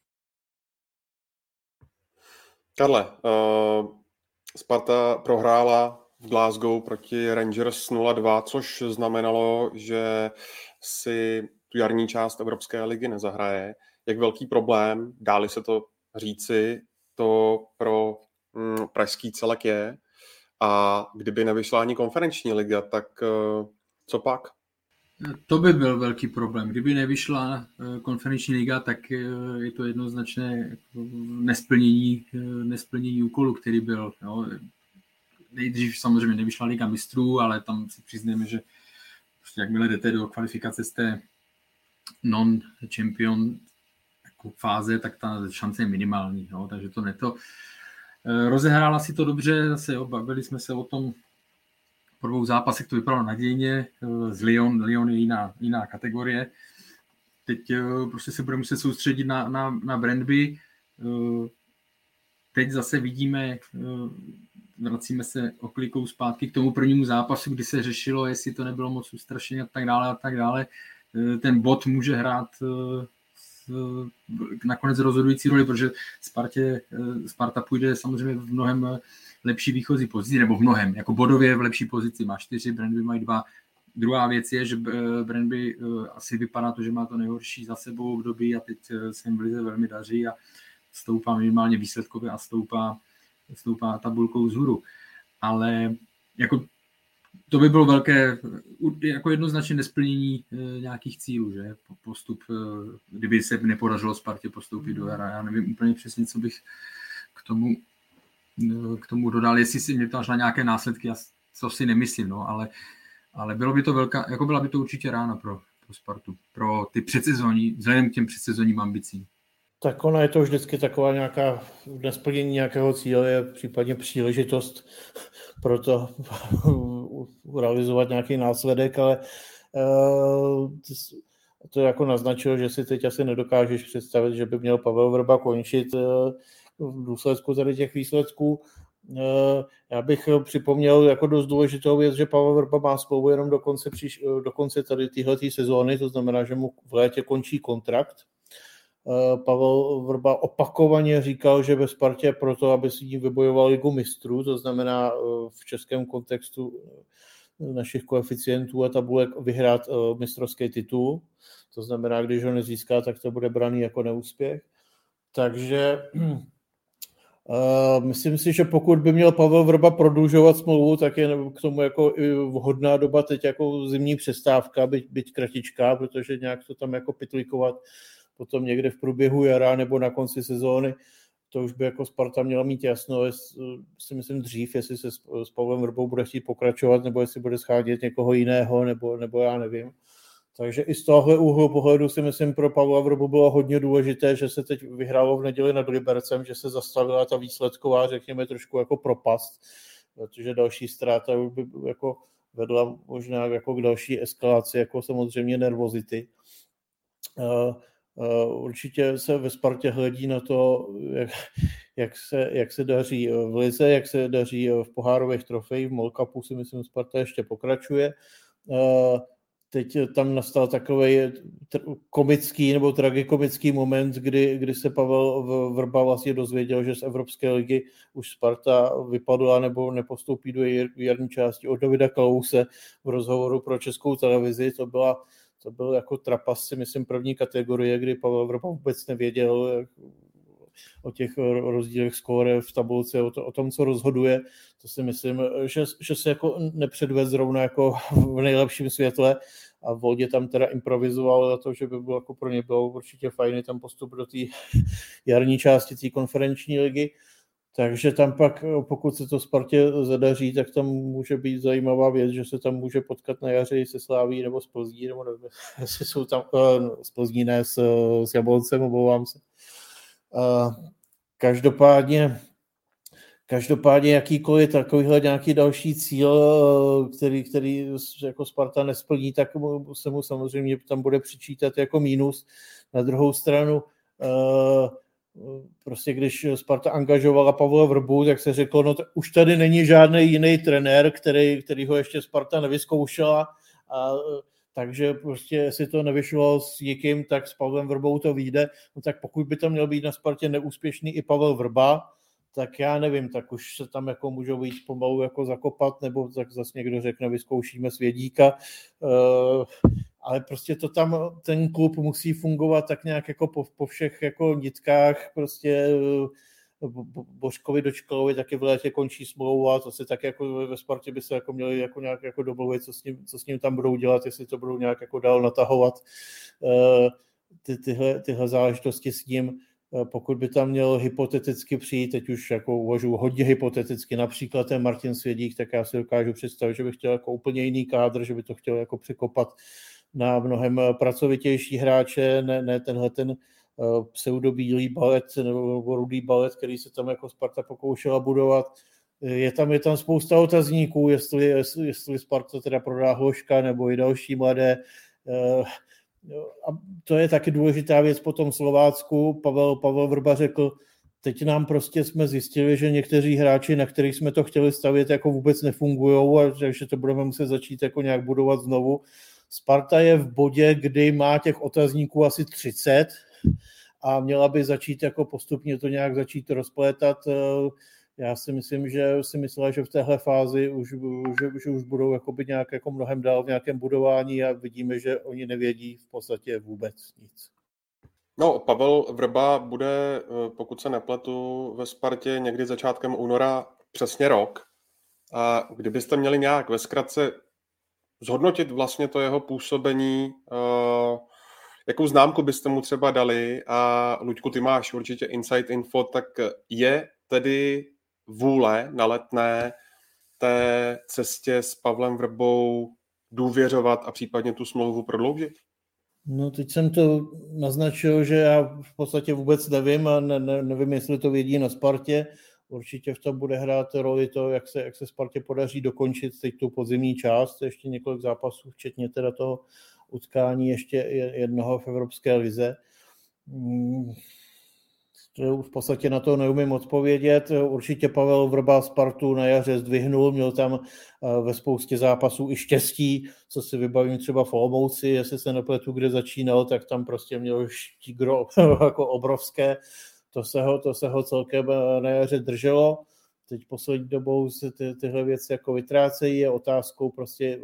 Karle, Sparta prohrála v Glasgow proti Rangers 0-2, což znamenalo, že si tu jarní část Evropské ligy nezahraje. Jak velký problém, dá-li se to říci, to pro pražský celek je? A kdyby nevyšla ani konferenční liga, tak co pak? To by byl velký problém. Kdyby nevyšla konferenční liga, tak je to jednoznačné nesplnění úkolu, který byl. Jo. Nejdřív samozřejmě nevyšla liga mistrů, ale tam si přiznáme, že prostě jakmile jdete do kvalifikace z té non-champion jako fáze, tak ta šance je minimální. Jo. Takže to rozehrála si to dobře, zase bavili jsme se o tom po 2 zápasech, to vypadalo nadějně, z Lyon je jiná kategorie. Teď prostě se budeme muset soustředit na Brøndby. Teď zase vidíme, vracíme se oklikou zpátky k tomu prvnímu zápasu, kdy se řešilo, jestli to nebylo moc ustrašené a tak dále. Ten bod může hrát nakonec rozhodující roli, protože Sparta půjde samozřejmě v mnohem lepší výchozí pozici, nebo v mnohem, jako bodově v lepší pozici, má 4, Brøndby mají 2. Druhá věc je, že Brøndby asi vypadá to, že má to nejhorší za sebou období a teď se jim v lize velmi daří a stoupá minimálně výsledkově a stoupá tabulkou vzhůru. Ale jako to by bylo velké, jako jednoznačně nesplnění nějakých cílů, že? Postup, kdyby se nepodařilo Spartě postoupit do jara. Já nevím úplně přesně, co bych k tomu dodal, jestli si mě to až na nějaké následky, co si nemyslím, no, ale bylo by to byla by to určitě rána pro Spartu, pro ty předsezónní, vzhledem k těm předsezónním ambicím. Tak ona je to vždycky taková nějaká nesplnění nějakého cíle, je případně příležitost pro to realizovat nějaký následek, ale to jako naznačilo, že si teď asi nedokážeš představit, že by měl Pavel Vrba končit v důsledku tady těch výsledků. Já bych připomněl jako dost důležitou věc, že Pavel Vrba má smlouvu jenom do konce tady téhletý sezóny, to znamená, že mu v létě končí kontrakt. Pavel Vrba opakovaně říkal, že ve Spartě proto, aby si tím vybojoval ligu mistrů, to znamená v českém kontextu našich koeficientů a tabulek vyhrát mistrovský titul. To znamená, když ho nezíská, tak to bude braný jako neúspěch. Takže myslím si, že pokud by měl Pavel Vrba prodlužovat smlouvu, tak je k tomu jako i vhodná doba teď jako zimní přestávka, byť kratičká, protože nějak to tam jako pitlikovat potom někde v průběhu jara nebo na konci sezóny, to už by jako Sparta měla mít jasno, si myslím dřív, jestli se s Pavlem Vrbou bude chtít pokračovat, nebo jestli bude schádět někoho jiného, nebo já nevím. Takže i z tohohle úhlu pohledu si myslím pro Pavla Vrbu bylo hodně důležité, že se teď vyhrálo v neděli nad Libercem, že se zastavila ta výsledková, řekněme, trošku jako propast, protože další ztráta už by jako vedla možná jako k další eskalaci, jako samozřejmě nervozity. Určitě se ve Spartě hledí na to, jak se daří v lize, jak se daří v pohárových trofejích, v MOL Cupu si myslím, Sparta ještě pokračuje. Teď tam nastal takový komický nebo tragikomický moment, kdy se Pavel Vrba vlastně dozvěděl, že z Evropské ligy už Sparta vypadla nebo nepostoupí do jarní části od Davida Klause v rozhovoru pro Českou televizi. To byl jako trapas, si myslím, první kategorie, kdy Pavel Vrba vůbec nevěděl o těch rozdílech skóre v tabulce, o tom, co rozhoduje. To si myslím, že se jako nepředved zrovna jako v nejlepším světle a Voldě tam teda improvizoval za to, že by bylo jako pro ně bylo určitě fajný tam postup do té jarní části té konferenční ligy. Takže tam pak, pokud se to Spartě zadaří, tak tam může být zajímavá věc, že se tam může potkat na jaře se Sláví nebo s Plzní, nebo nevím, jestli jsou tam s Plzní, ne s Jabloncem, omlouvám se. Každopádně jakýkoliv takovýhle nějaký další cíl, který jako Sparta nesplní, tak se mu samozřejmě tam bude přičítat jako mínus. Na druhou stranu, prostě když Sparta angažovala Pavla Vrbu, tak se řeklo, no už tady není žádný jiný trenér, který ho ještě Sparta nevyzkoušela, takže prostě jestli to nevyšlo s někým, tak s Pavlem Vrbou to vyjde. No tak pokud by tam měl být na Spartě neúspěšný i Pavel Vrba, tak já nevím, tak už se tam jako můžou být pomalu jako zakopat, nebo tak zase někdo řekne, vyzkoušíme Svědíka. Ale prostě to tam, ten klub musí fungovat tak nějak jako po všech jako nitkách, prostě Božkovi Dočkalovi taky v létě končí smlouva, to se tak jako ve Spartě by se jako měli jako nějak jako domluvit, co s ním tam budou dělat, jestli to budou nějak jako dál natahovat tyhle záležitosti s ním. Pokud by tam měl hypoteticky přijít, teď už jako uvažuji hodně hypoteticky, například ten Martin Svědík, tak já si dokážu představit, že by chtěl jako úplně jiný kádr, že by to chtěl jako překopat na mnohem pracovitější hráče, ne tenhle ten pseudobílý balet nebo rudý balet, který se tam jako Sparta pokoušela budovat. Je tam spousta otazníků, jestli Sparta teda prodá Hloška nebo i další mladé. A to je taky důležitá věc po tom Slovácku. Pavel Vrba řekl, teď nám prostě jsme zjistili, že někteří hráči, na kterých jsme to chtěli stavět, jako vůbec nefungujou, a takže to budeme muset začít jako nějak budovat znovu. Sparta je v bodě, kdy má těch otazníků asi 30 a měla by začít jako postupně to nějak začít rozplétat. Já si myslím, že v téhle fázi už budou jakoby nějak jako mnohem dál v nějakém budování a vidíme, že oni nevědí v podstatě vůbec nic. No, Pavel Vrba bude, pokud se nepletu, ve Spartě někdy začátkem února přesně rok. A kdybyste měli nějak ve zkratce zhodnotit vlastně to jeho působení, jakou známku byste mu třeba dali, a Luďku, ty máš určitě Inside Info, tak je tedy vůle na Letné té cestě s Pavlem Vrbou důvěřovat a případně tu smlouvu prodloužit? No, teď jsem to naznačil, že já v podstatě vůbec nevím a nevím, jestli to vědí na Spartě. Určitě v tom bude hrát roli to, jak se Spartě podaří dokončit teď tu podzimní část, ještě několik zápasů, včetně teda toho utkání ještě jednoho v Evropské lize. V podstatě na to neumím odpovědět. Určitě Pavel Vrba Spartu na jaře zdvihnul, měl tam ve spoustě zápasů i štěstí, co si vybavím třeba v Olomouci, jestli se nepletu, kde začínal, tak tam prostě měl štígro jako obrovské. To se ho celkem na jaře drželo. Teď poslední dobou se tyhle věci jako vytrácejí. Je otázkou prostě,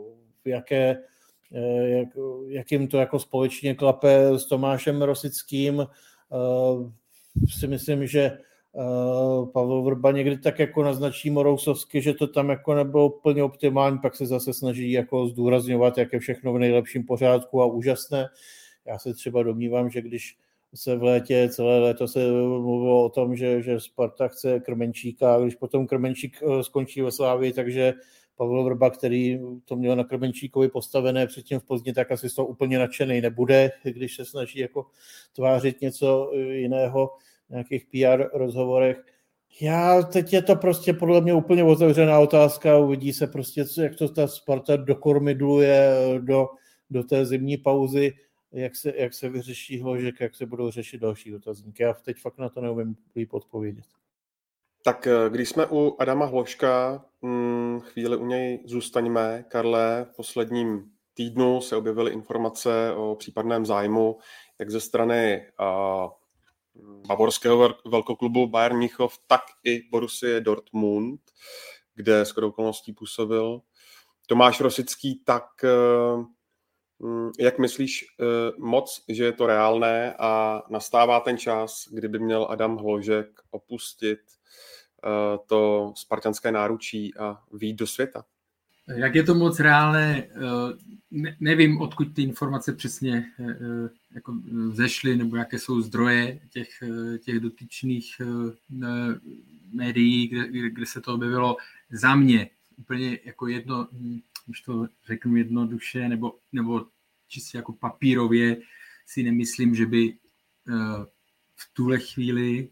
jakým to jako společně klape s Tomášem Rosickým. Si myslím, že Pavel Vrba někdy tak jako naznačí Morousovsky, že to tam jako nebylo úplně optimální, pak se zase snaží jako zdůrazňovat, jak je všechno v nejlepším pořádku a úžasné. Já se třeba domnívám, že když se v létě, celé léto se mluvilo o tom, že Sparta chce Krmenčíka, a když potom Krmenčík skončí ve Slávii, takže Pavel Vrba, který to měl na Krmenčíkovi postavené předtím v Plzni, tak asi z toho úplně nadšený nebude, když se snaží jako tvářit něco jiného v nějakých PR rozhovorech. Teď je to prostě podle mě úplně otevřená otázka, uvidí se prostě, jak to ta Sparta dokormidluje do té zimní pauzy, jak se vyřeší Hložek, jak se budou řešit další otazníky. Já teď fakt na to neumím líp odpovědět. Tak když jsme u Adama Hložka, chvíli u něj zůstaňme. Karle, v posledním týdnu se objevily informace o případném zájmu, jak ze strany bavorského velkoklubu Bayern Mnichov, tak i Borussie Dortmund, kde shodou okolností působil Tomáš Rosický. Tak jak myslíš moc, že je to reálné a nastává ten čas, kdyby měl Adam Hložek opustit to spartanské náručí a vyjít do světa? Jak je to moc reálné, nevím, odkud ty informace přesně jako vzešly, nebo jaké jsou zdroje těch dotyčných médií, kde se to objevilo. Za mě úplně jako jedno, když to řeknu jednoduše, nebo čistě jako papírově, si nemyslím, že by v tuhle chvíli,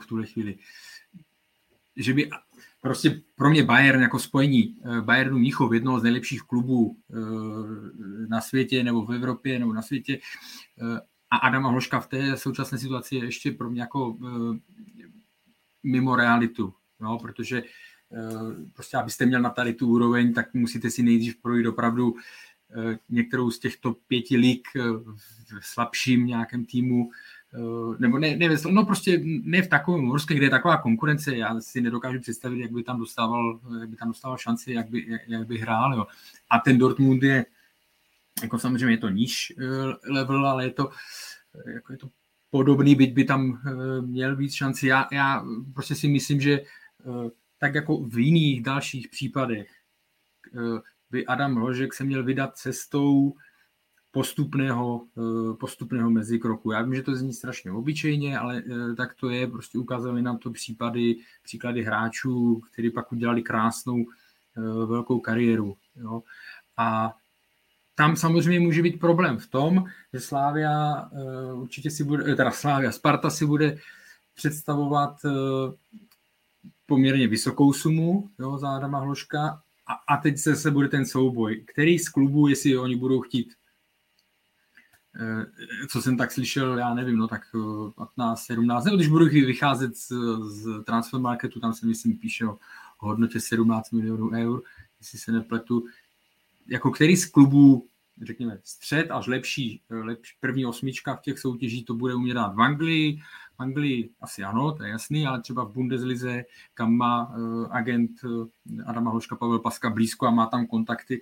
že by prostě pro mě Bayern jako spojení Bayernu Mnichov, jednoho z nejlepších klubů na světě, nebo v Evropě, nebo na světě, a Adama Hložka v té současné situaci je ještě pro mě jako mimo realitu, no, protože prostě abyste měl na tady tu úroveň, tak musíte si nejdřív projít opravdu některou z těchto 5 lig v slabším nějakém týmu, nebo no prostě ne v takovém Morské, kde je taková konkurence, já si nedokážu představit, jak by tam dostával šanci, jak by hrál, jo. A ten Dortmund je, jako samozřejmě je to níž level, ale je to podobný, byť by tam měl víc šanci. Já prostě si myslím, že tak jako v jiných dalších případech by Adam Hložek se měl vydat cestou postupného mezikroku. Já vím, že to zní strašně obyčejně, ale tak to je, prostě ukázali nám to příklady hráčů, kteří pak udělali krásnou velkou kariéru. Jo. A tam samozřejmě může být problém v tom, že Sparta si bude představovat poměrně vysokou sumu, jo, za Adama Hložka a teď se bude ten souboj. Který z klubů, jestli oni budou chtít, co jsem tak slyšel, já nevím, no tak 15, 17, nebo když budu vycházet z Transfermarketu, tam se myslím píše o hodnotě 17 milionů eur, jestli se nepletu, jako který z klubů, řekněme, střed až lepší první 8 v těch soutěží to bude umět dát v Anglii asi ano, to je jasný, ale třeba v Bundeslize, kam má agent Adama Hložka Pavel Paska blízko a má tam kontakty,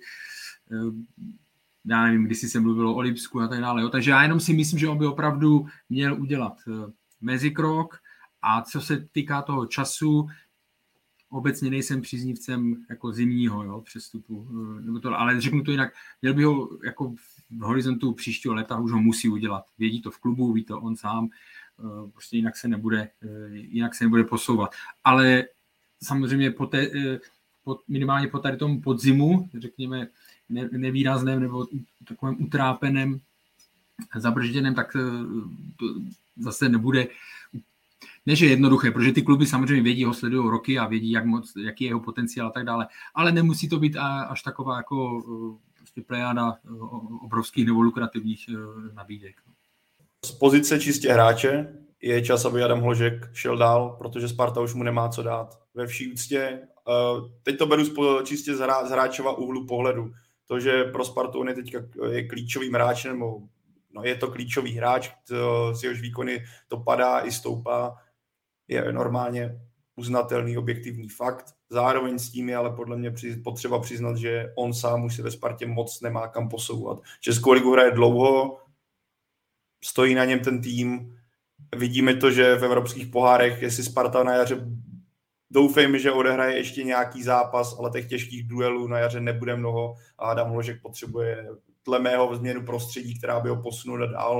já nevím, když se mluvilo o Lipsku a tak dále. Jo. Takže já jenom si myslím, že on by opravdu měl udělat mezikrok a co se týká toho času, obecně nejsem příznivcem jako zimního přestupu, ale řeknu to jinak, měl by ho jako v horizontu příštího léta už ho musí udělat. Vědí to v klubu, ví to on sám, prostě jinak se nebude posouvat. Ale samozřejmě minimálně po tady tomu podzimu, řekněme, nevýrazném nebo takovém utrápeném, zabržděném, tak to zase nebude, ne že jednoduché, protože ty kluby samozřejmě vědí, ho sledují roky a vědí, jaký je jeho potenciál a tak dále, ale nemusí to být až taková jako prostě plejáda obrovských nebo lukrativních nabídek. Z pozice čistě hráče je čas, aby Adam Hložek šel dál, protože Sparta už mu nemá co dát. Ve vší úctě, teď to beru čistě z hráčova úhlu pohledu. To, že pro Spartu on je teďka klíčovým hráčem, nebo je to klíčový hráč, z jehož výkony to padá i stoupá, je normálně uznatelný objektivní fakt. Zároveň s tím je ale podle mě potřeba přiznat, že on sám už se ve Spartě moc nemá kam posouvat. Českou ligu hraje dlouho, stojí na něm ten tým, vidíme to, že v evropských pohárech, jestli Sparta na jaře, doufejme, že odehraje ještě nějaký zápas, ale těch těžkých duelů na jaře nebude mnoho a Adam Hložek potřebuje dle mého změnu prostředí, která by ho posunula dál.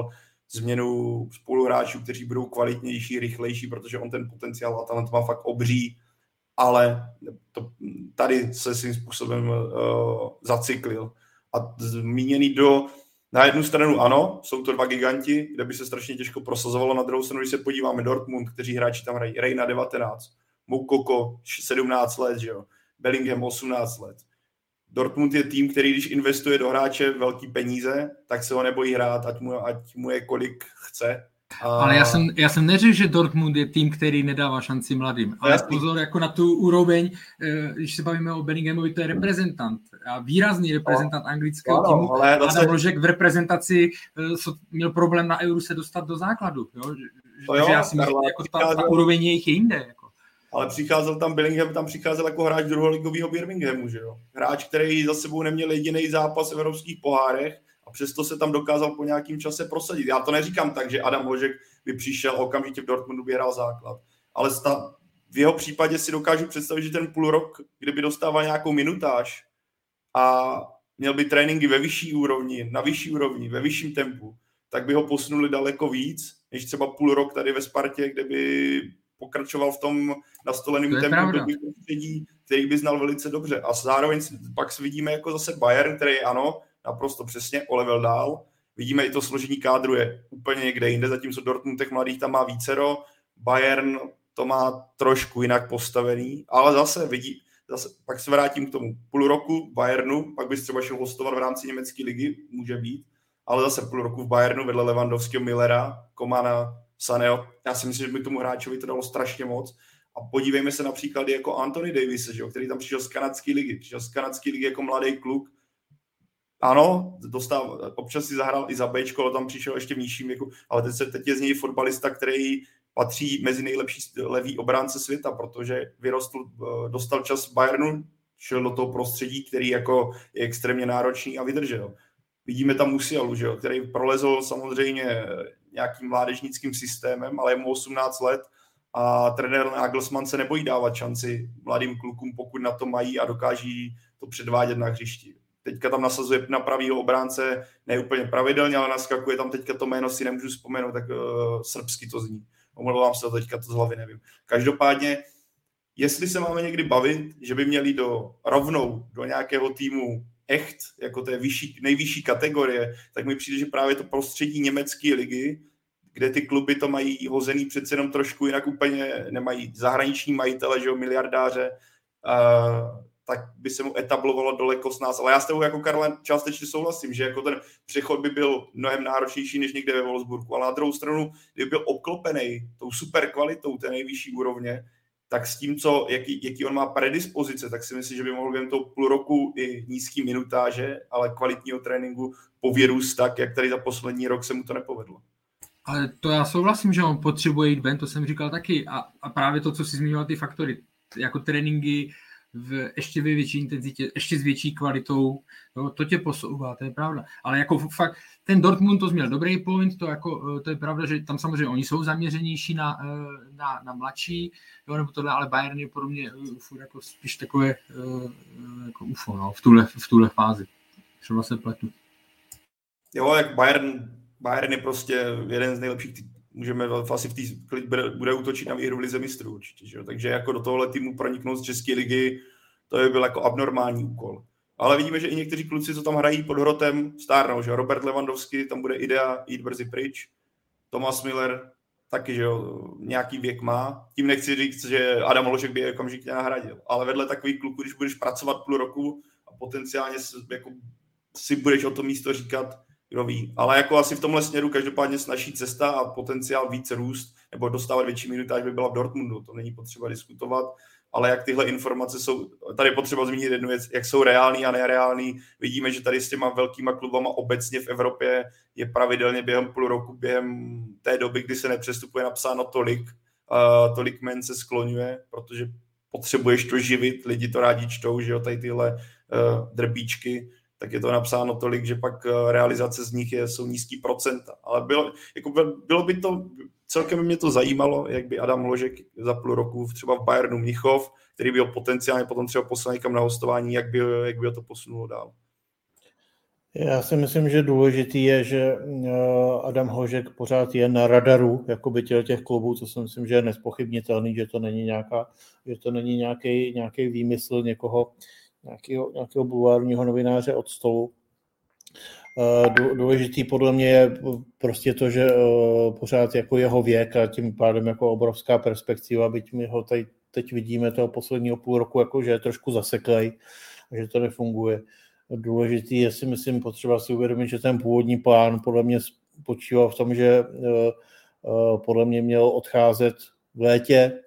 změnu spoluhráčů, kteří budou kvalitnější, rychlejší, protože on ten potenciál a talent má fakt obří, ale tady se svým způsobem zacyklil. A zmíněný na jednu stranu ano, jsou to dva giganti, kde by se strašně těžko prosazovalo, na druhou stranu, když se podíváme Dortmund, kteří hráči tam hrají, Reina 19, Moukoko 17 let, že jo? Bellingham 18 let. Dortmund je tým, který když investuje do hráče velký peníze, tak se ho nebojí hrát, ať mu je kolik chce. Ale já jsem neřekl, že Dortmund je tým, který nedává šanci mladým. Ale pozor, jako na tu úroveň, když se bavíme o Bellinghamovi, to je reprezentant. A výrazný reprezentant anglického týmu. Adam Ložek v reprezentaci měl problém na Euro se dostat do základu. Jo? Takže já si myslím, jako ta úroveň je jich jinde. Jako. Ale přicházel tam Bellingham, tam přicházel jako hráč druholigového Birminghamu, že jo? Hráč, který za sebou neměl jediný zápas v evropských pohárech, a přesto se tam dokázal po nějakým čase prosadit. Já to neříkám tak, že Adam Ložek by přišel okamžitě v Dortmundu by hrál základ. Ale v jeho případě si dokážu představit, že ten půl rok, kdyby dostával nějakou minutáž a měl by tréninky ve vyšší úrovni, na vyšší úrovni, ve vyšším tempu, tak by ho posunuli daleko víc, než třeba půl rok tady ve Spartě, kde by pokračoval v tom nastoleném tempu, který by znal velice dobře. A zároveň pak vidíme jako zase Bayern, který ano, naprosto přesně o level dál. Vidíme i to složení kádru je úplně někde jinde, zatímco Dortmund těch mladých tam má vícero, Bayern to má trošku jinak postavený, ale zase pak se vrátím k tomu půl roku Bayernu, pak bys třeba šel hostovat v rámci německé ligy, může být, ale zase půl roku v Bayernu vedle Lewandowského, Millera, Komana, Saného. Já si myslím, že by tomu hráčovi to dalo strašně moc. A podívejme se například jako Anthony Davis, že jo, který tam přišel z kanadské ligy. Přišel z kanadské ligy jako mladý kluk. Ano, občas si zahrál i za Bčko, ale tam přišel ještě v nižším věku, ale teď je z něj fotbalista, který patří mezi nejlepší levý obránce světa, protože dostal čas v Bayernu, šel do toho prostředí, který jako je extrémně náročný a vydržel. Vidíme tam Musialu, že jo, který prolezl samozřejmě nějakým mládežnickým systémem, ale je mu 18 let a trenér Nagelsmann se nebojí dávat šanci mladým klukům, pokud na to mají a dokáží to předvádět na hřišti. Teďka tam nasazuje na pravýho obránce ne úplně pravidelně, ale naskakuje tam teďka to jméno, si nemůžu vzpomenout, tak srbsky to zní. Omlouvám se, teďka to z hlavy nevím. Každopádně, jestli se máme někdy bavit, že by měli rovnou do nějakého týmu echt, jako té nejvyšší kategorie, tak mi přijde, že právě to prostředí německé ligy, kde ty kluby to mají hozený přece jenom trošku jinak, úplně nemají zahraniční majitele, že jo, miliardáře, tak by se mu etablovalo daleko s nás. Ale já s tebou jako Karle částečně souhlasím, že jako ten přechod by byl mnohem náročnější než někde ve Wolfsburgu. Ale na druhou stranu, kdyby byl obklopený tou super kvalitou té nejvyšší úrovně, tak s tím, jaký on má predispozice, tak si myslím, že by mohl během toho půl roku i nízký minutáže, ale kvalitního tréninku povyrůst tak, jak tady za poslední rok se mu to nepovedlo. Ale to já souhlasím, že on potřebuje jít ven, to jsem říkal taky. A právě to, co si zmiňoval, ty faktory, jako tréninky ještě ve větší intenzitě, ještě s větší kvalitou, jo, to tě posouvá, to je pravda. Ale jako fakt, ten Dortmund to měl dobrý point, to je pravda, že tam samozřejmě oni jsou zaměřenější na mladší, jo, nebo tohle, ale Bayern je pro mě jako spíš takové jako UFO, no, v tuhle fázi. Třeba se pletu. Jo, jak Bayern je prostě jeden z nejlepších můžeme asi bude útočit na výhru v lize mistrů určitě, že jo? Takže jako do tohohle týmu proniknout z české ligy, to by byl jako abnormální úkol. Ale vidíme, že i někteří kluci, co tam hrají pod hrotem, stárnou, že jo? Robert Lewandowski, tam bude idea jít brzy pryč, Thomas Müller taky, že jo, nějaký věk má. Tím nechci říct, že Adam Ložek by je okamžitě nahradil, ale vedle takových kluků, když budeš pracovat půl roku a potenciálně jako si budeš o to místo říkat, kdo ví. Ale jako asi v tomhle směru každopádně snaží cesta a potenciál více růst nebo dostávat větší minutáž by byla v Dortmundu. To není potřeba diskutovat, ale jak tyhle informace jsou, tady je potřeba zmínit jednu věc, jak jsou reální a nereální. Vidíme, že tady s těma velkýma klubama obecně v Evropě je pravidelně během půl roku, během té doby, kdy se nepřestupuje napsáno tolik men se skloňuje, protože potřebuješ to živit, lidi to rádi čtou, že jo, tady tyhle drbíčky, tak je to napsáno tolik, že pak realizace z nich jsou nízký procenta. Ale bylo by to, celkem mě to zajímalo, jak by Adam Ložek za půl roku třeba v Bayernu Mnichov, který by ho potenciálně potom třeba poslal někam na hostování, jak by ho to posunulo dál. Já si myslím, že důležitý je, že Adam Hožek pořád je na radaru jakoby těch klubů, co si myslím, že je nespochybnitelný, že to není nějaký výmysl nějakého bulvárního novináře od stolu. Důležitý podle mě je prostě to, že pořád jako jeho věk a tím pádem jako obrovská perspektiva, byť my ho teď vidíme toho posledního půl roku, jako že je trošku zaseklej, že to nefunguje. Důležitý je, si myslím, potřeba si uvědomit, že ten původní plán podle mě spočíval v tom, že podle mě měl odcházet v létě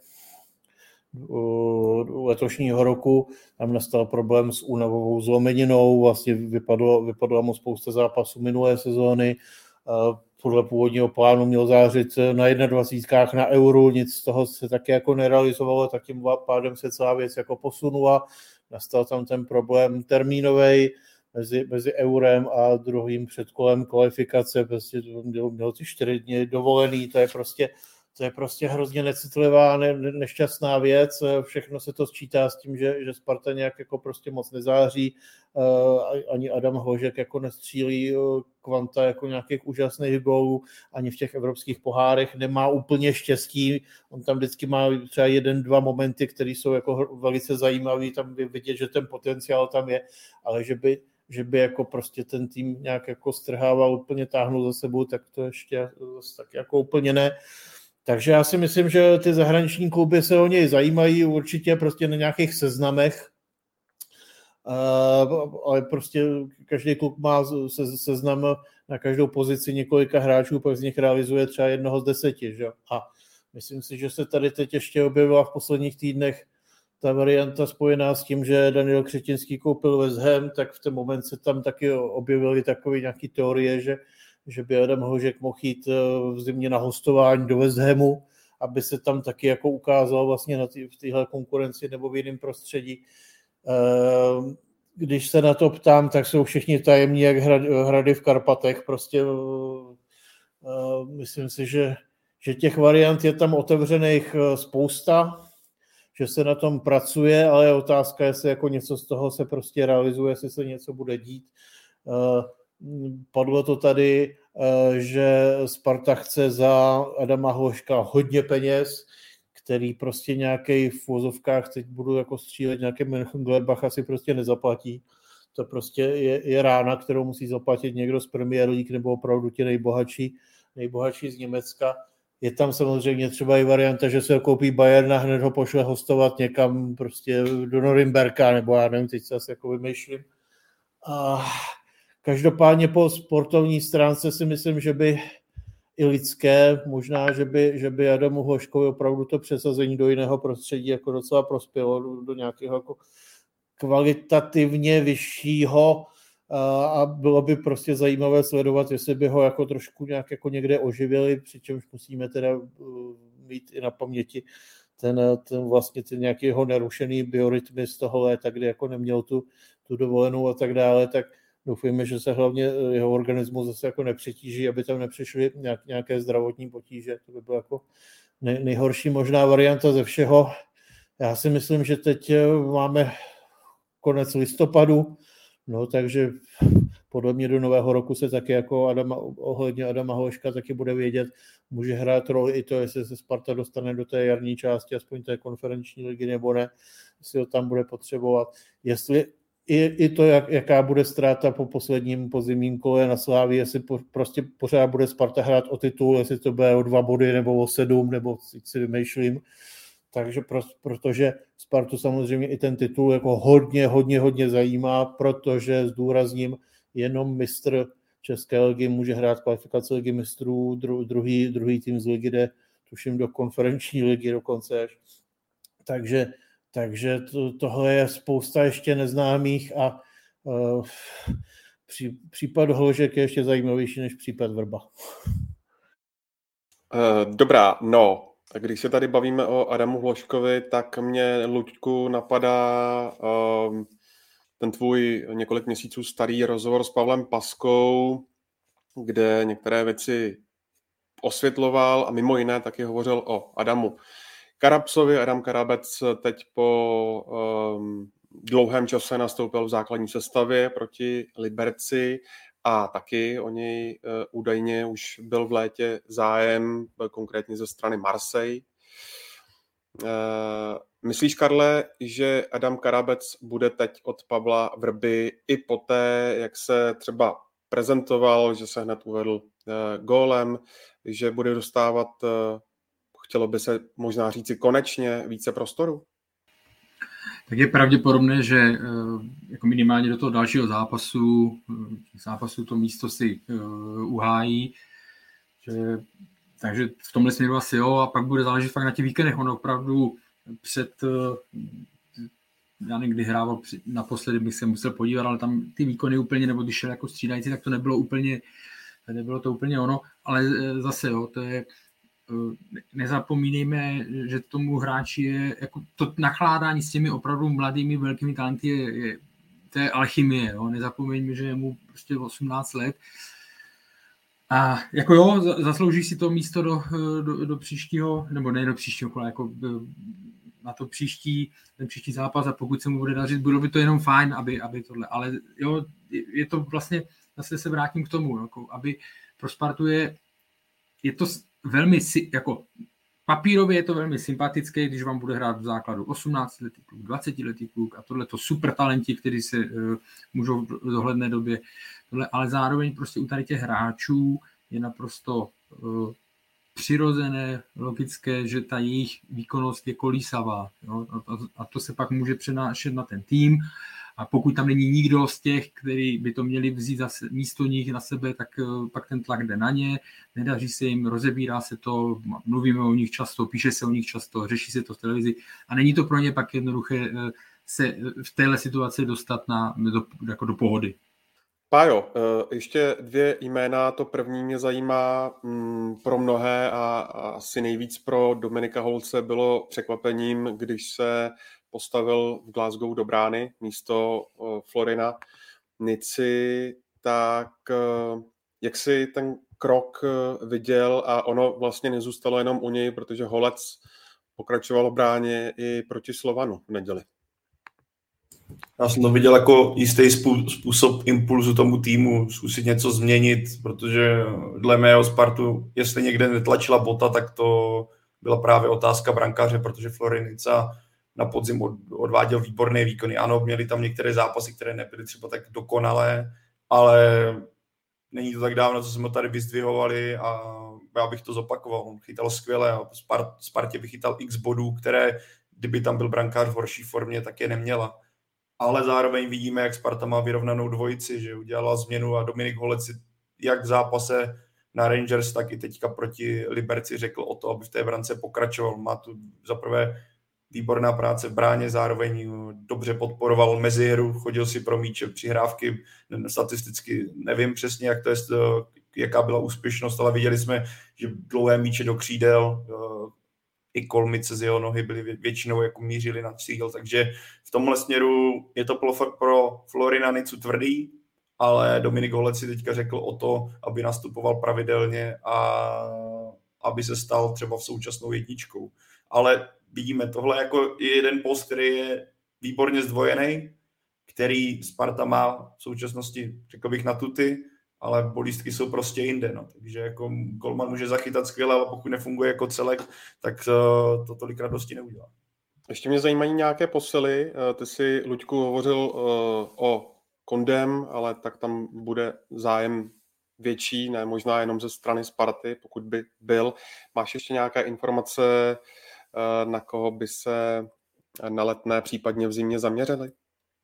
letošního roku. Tam nastal problém s únavovou zlomeninou, vlastně vypadla mu spousta zápasů minulé sezóny. Podle původního plánu měl zářit na 21 na Euro, nic z toho se taky jako nerealizovalo, tak tím pádem se celá věc jako posunula. Nastal tam ten problém termínovej mezi Eurem a druhým předkolem kvalifikace, prostě měl ty 4 dny dovolený, to je prostě hrozně necitlivá, nešťastná věc, všechno se to sčítá s tím, že Sparta nějak jako prostě moc nezáří, ani Adam Hožek jako nestřílí kvanta jako nějakých úžasných gólů, ani v těch evropských pohárech nemá úplně štěstí, on tam vždycky má třeba 1-2 momenty, které jsou jako velice zajímavý, tam vidět, že ten potenciál tam je, ale že by jako prostě ten tým nějak jako strhával, úplně táhnul za sebou, tak to ještě tak jako úplně ne. Takže já si myslím, že ty zahraniční kluby se o něj zajímají určitě prostě na nějakých seznamech, ale prostě každý klub má seznam na každou pozici několika hráčů, pak z nich realizuje třeba 1 z 10. Že? A myslím si, že se tady teď ještě objevila v posledních týdnech ta varianta spojená s tím, že Daniel Křetinský koupil West Ham, tak v ten moment se tam taky objevily takové nějaké teorie, že by Adam Hožek mohl jít v zimě na hostování do West Hamu, aby se tam taky jako ukázal vlastně v téhle konkurenci nebo v jiném prostředí. Když se na to ptám, tak jsou všichni tajemní jak hrady v Karpatech. Prostě myslím si, že těch variant je tam otevřených spousta, že se na tom pracuje, ale je otázka, jestli jako něco z toho se prostě realizuje, jestli se něco bude dít. Padlo to tady, že Sparta chce za Adama Hožka hodně peněz, který prostě nějaký v uvozovkách, teď budu jako střílet, nějaký Mönchengladbach asi prostě nezaplatí. To prostě je rána, kterou musí zaplatit někdo z Premier League nebo opravdu ti nejbohatší z Německa. Je tam samozřejmě třeba i varianta, že se koupí Bayern a hned ho pošle hostovat někam prostě do Norimberka, nebo já nevím, teď se asi jako vymýšlím. Každopádně po sportovní stránce si myslím, že by i lidské, možná, že by Adamu Hožkovi opravdu to přesazení do jiného prostředí jako docela prospělo, do nějakého jako kvalitativně vyššího a bylo by prostě zajímavé sledovat, jestli by ho jako trošku nějak jako někde oživili, přičemž musíme teda mít i na paměti ten vlastně ten nějaký jeho nerušený biorytmy z toho léta, kdy jako neměl tu dovolenou a tak dále, tak doufujeme, že se hlavně jeho organismus zase jako nepřetíží, aby tam nepřišly nějaké zdravotní potíže. To by byla jako nejhorší možná varianta ze všeho. Já si myslím, že teď máme konec listopadu, no takže podle mě do nového roku se taky jako ohledně Adama Hožka taky bude vědět, může hrát roli i to, jestli se Sparta dostane do té jarní části, aspoň té konferenční ligy nebo ne, jestli ho tam bude potřebovat. Jestli i to, jaká bude ztráta po posledním podzimním kole na Slávii, jestli prostě pořád bude Sparta hrát o titul, jestli to bude o 2 body nebo o 7, nebo si vymýšlím. Takže protože Spartu samozřejmě i ten titul jako hodně zajímá, protože zdůrazním, jenom mistr České ligy může hrát kvalifikaci ligy mistrů, druhý tým z ligy jde, tuším, do konferenční ligy dokonce. Takže tohle je spousta ještě neznámých a případ Hožek je ještě zajímavější než případ Vrba. Dobrá, no, když se tady bavíme o Adamu Hožkovi, tak mě, Luďku, napadá ten tvůj několik měsíců starý rozhovor s Pavlem Paskou, kde některé věci osvětloval a mimo jiné taky hovořil o Adamu Karabcovi. Adam Karabec teď po dlouhém čase nastoupil v základní sestavě proti Liberci a taky o něj údajně už byl v létě zájem, konkrétně ze strany Marseille. Myslíš, Karle, že Adam Karabec bude teď od Pavla Vrby i poté, jak se třeba prezentoval, že se hned uvedl gólem, že bude dostávat, chtělo by se možná říci konečně, více prostoru? Tak je pravděpodobné, že jako minimálně do toho dalšího zápasu to místo si uhájí. Takže v tomhle směru asi jo, a pak bude záležet fakt na těch víkendech. On opravdu já nevím, kdy hrával naposledy, bych se musel podívat, ale tam ty výkony úplně, nebo když šel jako střídající, tak to nebylo to úplně ono, ale zase jo, to je, nezapomínejme, že tomu hráči je, jako to nachládání s těmi opravdu mladými velkými talenty to je alchymie, jo, nezapomeňme, že je mu prostě 18 let. A jako jo, zaslouží si to místo do příštího, nebo ne do příštího kola, jako na to ten příští zápas, a pokud se mu bude dařit, bylo by to jenom fajn, aby tohle, ale jo, je to vlastně, zase se vrátím k tomu, jako, aby pro Spartu je to velmi, jako papírově je to velmi sympatické, když vám bude hrát v základu 18letý kluk, 20letý kluk a tohle to super talenti, kteří se můžou v dohledné době tohle, ale zároveň prostě u tady těch hráčů je naprosto přirozené, logické, že ta jejich výkonnost je kolísavá. Jo? A to se pak může přenášet na ten tým. A pokud tam není nikdo z těch, který by to měli vzít místo nich na sebe, tak pak ten tlak jde na ně, nedaří se jim, rozebírá se to, mluvíme o nich často, píše se o nich často, řeší se to v televizi a není to pro ně pak jednoduché se v téhle situaci dostat do pohody. Pájo, ještě 2 jména, to první mě zajímá pro mnohé a asi nejvíc pro Dominika Holce bylo překvapením, když se postavil v Glasgow do brány místo Florina Nici, tak jak si ten krok viděl, a ono vlastně nezůstalo jenom u něj, protože Holec pokračoval v bráně i proti Slovanu v neděli. Já jsem to viděl jako jistý způsob impulzu tomu týmu, zkusit něco změnit, protože dle mého Spartu, jestli někde netlačila bota, tak to byla právě otázka brankáře, protože Florinica na podzim odváděl výborné výkony. Ano, měli tam některé zápasy, které nebyly třeba tak dokonalé, ale není to tak dávno, co jsme ho tady vyzdvihovali a já bych to zopakoval. On chytal skvěle a Spartě vychytal x bodů, které, kdyby tam byl brankář v horší formě, tak je neměla. Ale zároveň vidíme, jak Sparta má vyrovnanou dvojici, že udělala změnu a Dominik Holec jak v zápase na Rangers, tak i teďka proti Liberci řekl o to, aby v té brance pokračoval. Má tu zaprvé výborná práce v bráně, zároveň dobře podporoval mezihru, chodil si pro míče, přihrávky, statisticky nevím přesně, jak to je, jaká byla úspěšnost, ale viděli jsme, že dlouhé míče do křídel, i kolmice z jeho nohy byly většinou jako mířily na cíl, takže v tomhle směru je to pro Florina Nicu tvrdý, ale Dominik Holec si teďka řekl o to, aby nastupoval pravidelně a aby se stal třeba v současnou jedničkou. Ale vidíme, tohle jako je jeden post, který je výborně zdvojený, který Sparta má v současnosti, řekl bych, na tuty, ale bolístky jsou prostě jinde. No. Takže jako golman může zachytat skvěle, ale pokud nefunguje jako celek, tak to tolik radosti neudělá. Ještě mě zajímají nějaké posily. Ty jsi, Luďku, hovořil o Kondem, ale tak tam bude zájem větší, ne možná jenom ze strany Sparty, pokud by byl. Máš ještě nějaké informace, na koho by se na Letné, případně v zimě zaměřili?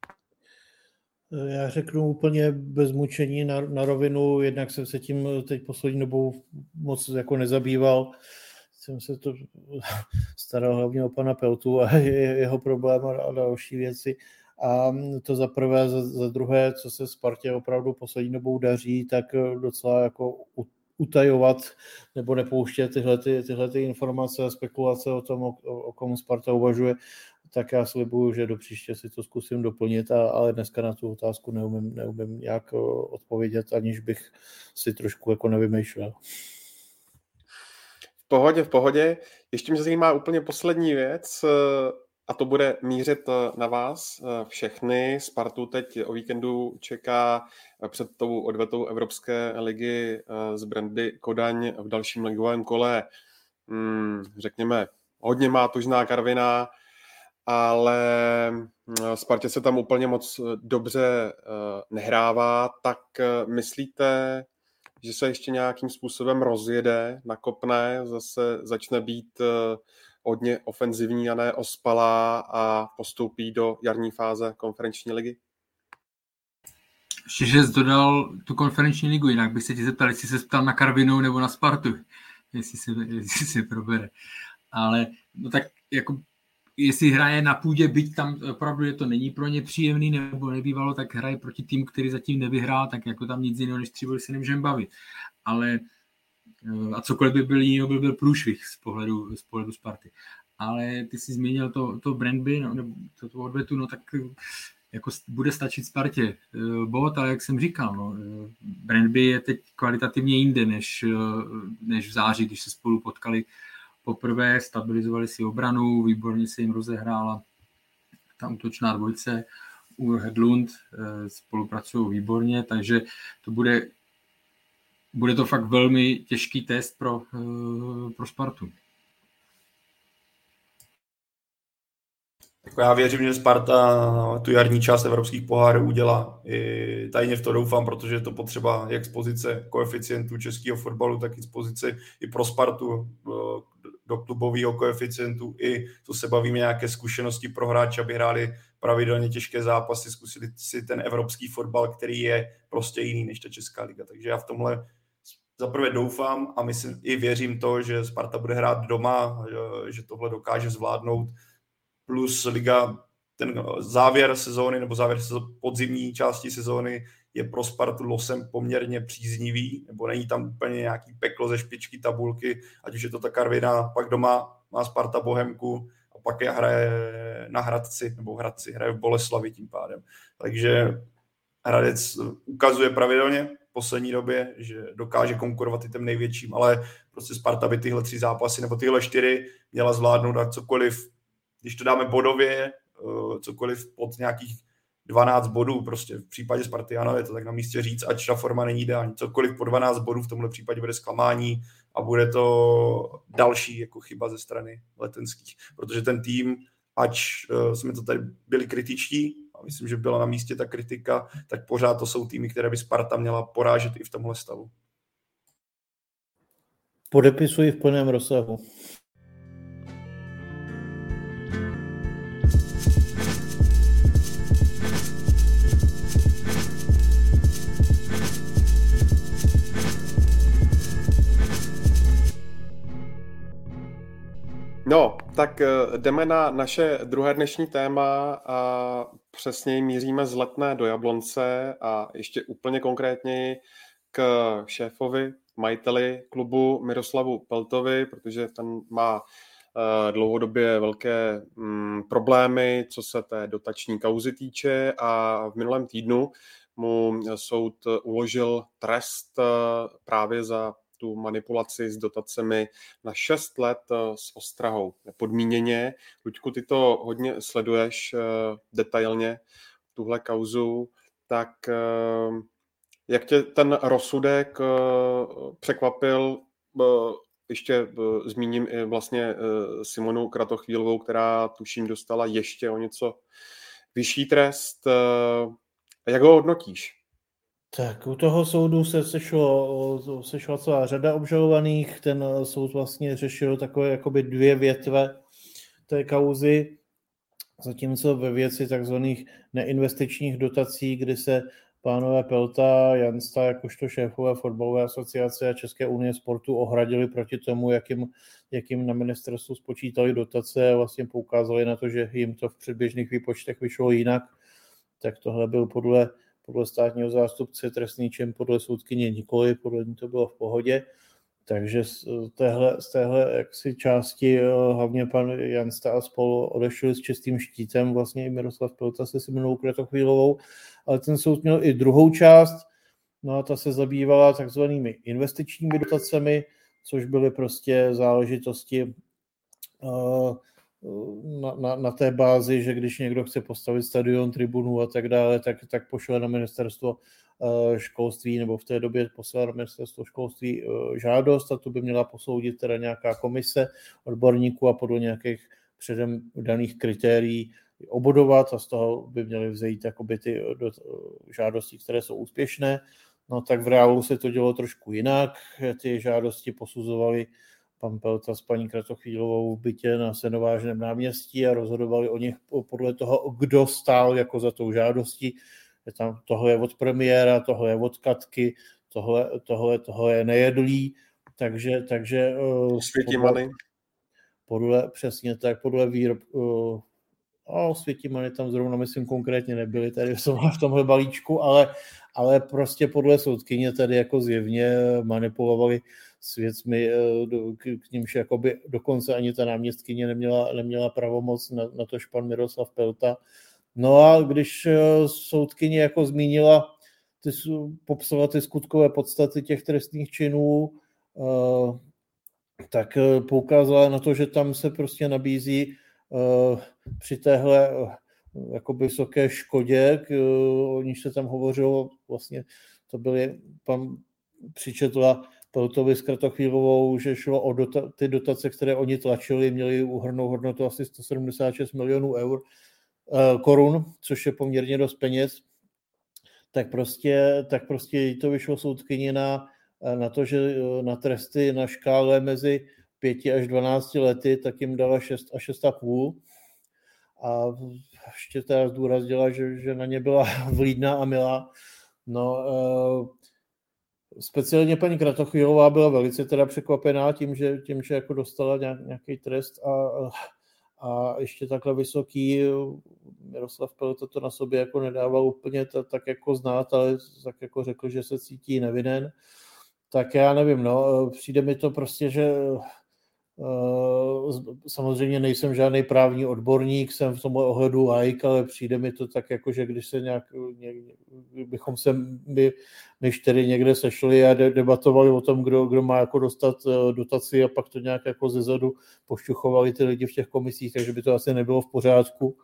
Já řeknu úplně bez mučení na rovinu, jednak jsem se tím teď poslední dobou moc jako nezabýval. Jsem se to staral hlavně o pana Peltu a jeho problém a další věci. A to za prvé, za druhé, co se Spartě opravdu poslední dobou daří, tak docela jako utajovat nebo nepouštět tyhle informace a spekulace o tom, o komu Sparta uvažuje, tak já slibuju, že do příště si to zkusím doplnit, ale dneska na tu otázku neumím nějak odpovědět, aniž bych si trošku jako nevymýšlel. V pohodě. Ještě mě zajímá úplně poslední věc. a to bude mířit na vás všechny. Spartu teď o víkendu čeká před tou odvetou Evropské ligy z Brandby Kodaň v dalším ligovém kole, řekněme, hodně mátožná Karviná, ale Spartě se tam úplně moc dobře nehrává, tak myslíte, že se ještě nějakým způsobem rozjede, nakopne, zase začne být hodně ofenzivní a ne ospalá a postoupí do jarní fáze konferenční ligy? Ještě, že jsi dodal tu konferenční ligu, jinak bych se ti zeptal, jestli se ptal na Karvinou nebo na Spartu, jestli se probere. Ale no tak jako jestli hraje na půdě, byť tam opravdu je to není pro ně příjemný nebo nebývalo, tak hraje proti tým, který zatím nevyhrál, tak jako tam nic jiného než 3 body se nemůžeme bavit. Ale a cokoliv by byl jiného, byl průšvih z pohledu Sparty. Ale ty jsi zmínil to Brandby, no, nebo tu odvetu, no tak jako bude stačit Spartě bod, ale jak jsem říkal, no, Brandby je teď kvalitativně jinde, než v září, když se spolu potkali poprvé, stabilizovali si obranu, výborně se jim rozehrála ta útočná dvojce, Ur Hedlund, spolupracují výborně, takže to bude to fakt velmi těžký test pro Spartu. Já věřím, že Sparta tu jarní část evropských pohárů udělá. I tajně v to doufám, protože je to potřeba jak z pozice koeficientu českého fotbalu, tak i z pozice i pro Spartu do klubového koeficientu. I to se bavíme nějaké zkušenosti pro hráče, aby hráli pravidelně těžké zápasy, zkusili si ten evropský fotbal, který je prostě jiný než ta česká liga. Takže já v tomhle zaprvé doufám a myslím i věřím to, že Sparta bude hrát doma, že tohle dokáže zvládnout. Plus liga, ten závěr sezóny nebo závěr podzimní části sezóny je pro Spartu losem poměrně příznivý, nebo není tam úplně nějaký peklo ze špičky tabulky, ať už je to ta Karviná, pak doma má Sparta Bohemku a pak je hraje na Hradci, nebo Hradci, hraje v Boleslavi tím pádem. Takže Hradec ukazuje pravidelně v poslední době, že dokáže konkurovat i těm největším, ale prostě Sparta by tyhle 3 zápasy nebo tyhle 4 měla zvládnout a cokoliv, když to dáme bodově, cokoliv pod nějakých 12 bodů, prostě v případě Sparty, ano, je to tak na místě říct, ať ta forma není ideální. Cokoliv po 12 bodů v tomhle případě bude zklamání a bude to další jako chyba ze strany letenských. Protože ten tým, ač jsme to tady byli kritičtí, a myslím, že byla na místě ta kritika, tak pořád to jsou týmy, které by Sparta měla porážet i v tomhle stavu. Podepisuji v plném rozsahu. No, tak jdeme na naše druhé dnešní téma a přesněji míříme z Letné do Jablonce a ještě úplně konkrétněji k šéfovi, majiteli klubu Miroslavu Peltovi, protože ten má dlouhodobě velké problémy, co se té dotační kauzy týče a v minulém týdnu mu soud uložil trest právě za tu manipulaci s dotacemi na 6 let s ostrahou. Podmíněně, Luďku, ty to hodně sleduješ detailně, tuhle kauzu, tak jak tě ten rozsudek překvapil? Ještě zmíním i vlastně Simonu Kratochvílovou, která tuším dostala ještě o něco vyšší trest. Jak ho hodnotíš? Tak u toho soudu se sešla celá řada obžalovaných. Ten soud vlastně řešil takové jakoby 2 větve té kauzy, zatímco ve věci takzvaných neinvestičních dotací, kdy se pánové Pelta, Jansta, jakožto šéfové fotbalové asociace a České unie sportu ohradili proti tomu, jakým na ministerstvu spočítali dotace a vlastně poukázali na to, že jim to v předběžných výpočtech vyšlo jinak, tak tohle byl podle státního zástupce trestný čin, podle soudkyně nikoli, podle ní to bylo v pohodě. Takže z téhle jaksi části hlavně pan Jansta a spol odešli s čistým štítem, vlastně i Miroslav Pelta se Simonou Kratochvílovou, ale ten soud měl i druhou část, no a ta se zabývala takzvanými investičními dotacemi, což byly prostě záležitosti na té bázi, že když někdo chce postavit stadion, tribunu a tak dále, tak pošle na ministerstvo školství, nebo v té době poslal na ministerstvo školství žádost a tu by měla posoudit teda nějaká komise odborníků a podle nějakých předem daných kritérií obodovat a z toho by měly vzejít jakoby ty žádosti, které jsou úspěšné. No tak v reálu se to dělo trošku jinak. Ty žádosti posuzovali pan Pelta s paní Kratochvílovou v bytě na Senovážném náměstí a rozhodovali o nich podle toho, kdo stál jako za tou žádostí. Tohle je od premiéra, tohle je od Katky, tohle je Nejedlý, takže přesně tak, podle výrobku, Světimany tam zrovna, myslím, konkrétně nebyly tady v tomhle balíčku, ale prostě podle soudkyně tady jako zjevně manipulovali s věcmi, k nímž jakoby dokonce ani ta náměstkyně neměla pravomoc, na tož pan Miroslav Pelta. No a když soudkyně jako zmínila, popsala ty skutkové podstaty těch trestných činů, tak poukázala na to, že tam se prostě nabízí při téhle jakoby vysoké škodě, o níž se tam hovořilo, vlastně to byly, pan přičetla Peltovi s Kratochvílovou, že šlo o ty dotace, které oni tlačili, měli uhrnou hodnotu asi 176 milionů korun, což je poměrně dost peněz, tak prostě jí to vyšlo soudkyni na to, že na tresty na škále mezi 5 až 12 lety, tak jim dala 6 a 6,5. A ještě teda zdůraznila, že na ně byla vlídná a milá. No, speciálně paní Kratochvílová byla velice teda překvapená tím, že jako dostala nějaký trest a ještě takhle vysoký. Miroslav Pelta to na sobě jako nedával úplně tak jako znát, ale tak jako řekl, že se cítí nevinen. Tak já nevím, no, přijde mi to prostě, že samozřejmě nejsem žádný právní odborník, jsem v tomhle ohledu laik, ale přijde mi to tak jako, že když se bychom se my čtyři někde sešli a debatovali o tom, kdo má jako dostat dotaci a pak to nějak jako zezadu pošťuchovali ty lidi v těch komisích, takže by to asi nebylo v pořádku.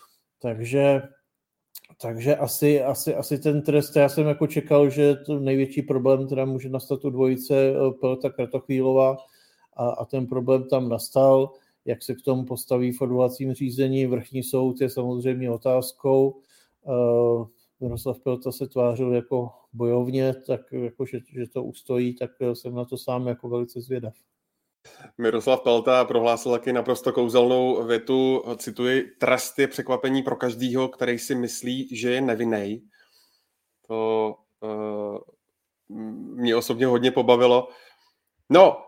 Takže asi ten trest, já jsem jako čekal, že to největší problém teda může nastat u dvojice Pelta Kratochvílová a ten problém tam nastal. Jak se k tomu postaví v odvolacím řízení vrchní soud je samozřejmě otázkou. Miroslav Pelta se tvářil jako bojovně, tak jako, že to ustojí, tak jsem na to sám jako velice zvědav. Miroslav Pelta prohlásil taky naprosto kouzelnou větu, cituji, trest je překvapení pro každýho, který si myslí, že je nevinnej. To mě osobně hodně pobavilo. No,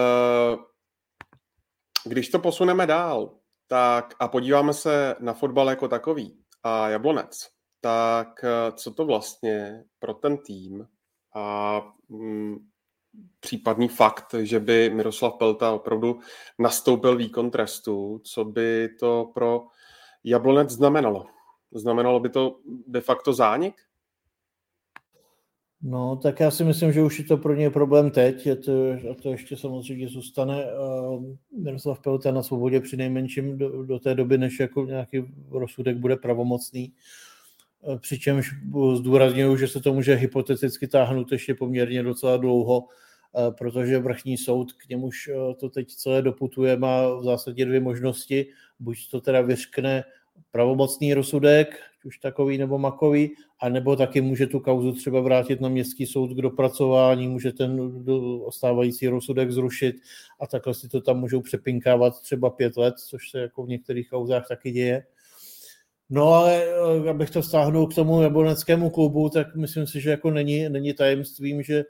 když to posuneme dál, tak a podíváme se na fotbal jako takový a Jablonec, tak co to vlastně pro ten tým a případný fakt, že by Miroslav Pelta opravdu nastoupil výkon trestu, co by to pro Jablonec znamenalo? Znamenalo by to de facto zánik? No, tak já si myslím, že už je to pro ně problém teď, a to ještě samozřejmě zůstane Miroslav Pelta na svobodě přinejmenším do té doby, než jako nějaký rozsudek bude pravomocný. Přičemž zdůrazňuji, že se to může hypoteticky táhnout ještě poměrně docela dlouho, protože vrchní soud, k němuž to teď celé doputuje, má v zásadě dvě možnosti. Buď to teda vyřkne pravomocný rozsudek, už takový nebo makový, anebo taky může tu kauzu třeba vrátit na městský soud k dopracování, může ten ostávající rozsudek zrušit a takhle si to tam můžou přepinkávat třeba 5 let, což se jako v některých kauzách taky děje. No ale abych to vztáhnul k tomu jabloneckému klubu, tak myslím si, že jako není tajemstvím, že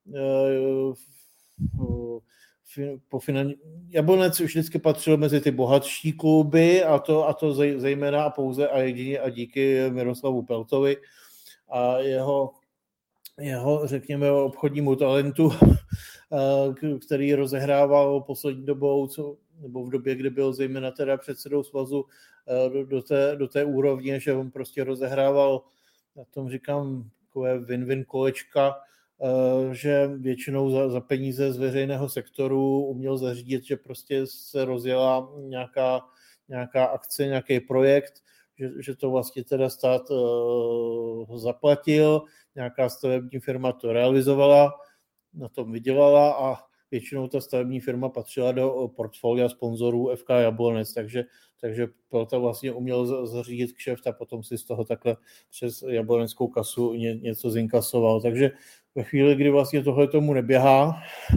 Jablonec už vždycky patřil mezi ty bohatší kluby a to zejména a pouze a jedině a díky Miroslavu Peltovi a jeho řekněme obchodnímu talentu, který rozehrával poslední dobou, nebo v době, kdy byl zejména teda předsedou svazu do té úrovně, že on prostě rozehrával, na tom říkám, takové win-win kolečka, že většinou za peníze z veřejného sektoru uměl zařídit, že prostě se rozjela nějaká nějaká akce, nějaký projekt, že to vlastně teda stát zaplatil, nějaká stavební firma to realizovala, na tom vydělala a většinou ta stavební firma patřila do portfolia sponzorů FK Jablonec, takže Pelta vlastně uměl zařídit kšeft a potom si z toho takhle přes jabloneckou kasu něco zinkasoval. Takže ve chvíli, kdy vlastně tohle tomu neběhá,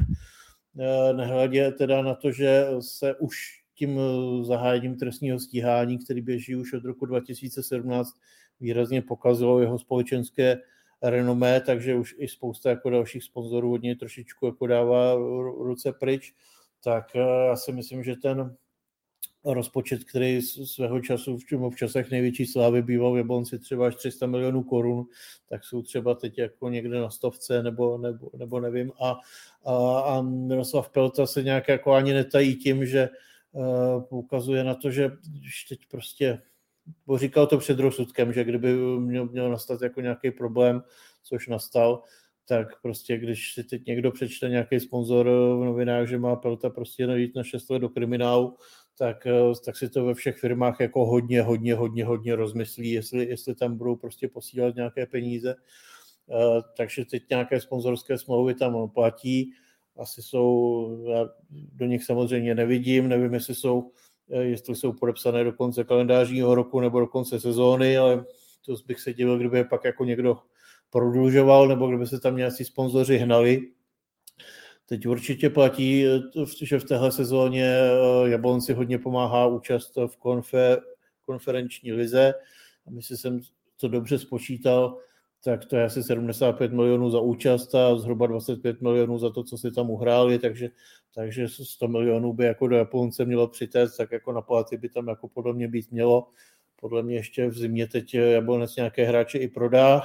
nehledě teda na to, že se už tím zahájením trestního stíhání, který běží už od roku 2017, výrazně pokazilo jeho společenské renomé, takže už i spousta jako dalších sponzorů od něj trošičku jako dává ruce pryč, tak já si myslím, že ten rozpočet, který svého času v časech největší slávy býval v Jablonci třeba až 300 milionů korun, tak jsou třeba teď jako někde na 100 nebo nevím. A Miroslav Pelta se nějak jako ani netají tím, že poukazuje na to, že když teď prostě, bo říkal to před rozsudkem, že kdyby měl nastat jako nějaký problém, což nastal, tak prostě když si teď někdo přečte nějaký sponzor v novinách, že má Pelta prostě najít na 6 let do kriminálu, tak si to ve všech firmách jako hodně rozmyslí, jestli tam budou prostě posílat nějaké peníze. Takže teď nějaké sponzorské smlouvy tam platí, asi jsou, já do nich samozřejmě nevidím, nevím, jestli jsou podepsané do konce kalendářního roku nebo do konce sezóny, ale to bych se divil, kdyby je pak jako někdo prodlužoval, nebo kdyby se tam nějací sponzoři hnali. Teď určitě platí, že v téhle sezóně Jablonci hodně pomáhá účast v konferenční lize. A myslím, že jsem to dobře spočítal, tak to je asi 75 milionů za účast a zhruba 25 milionů za to, co si tam uhráli, takže 100 milionů by jako do Jablonce mělo přitéct, tak jako na platy by tam jako podle mě být mělo. Podle mě ještě v zimě teď Jablonec nějaké hráče i prodá.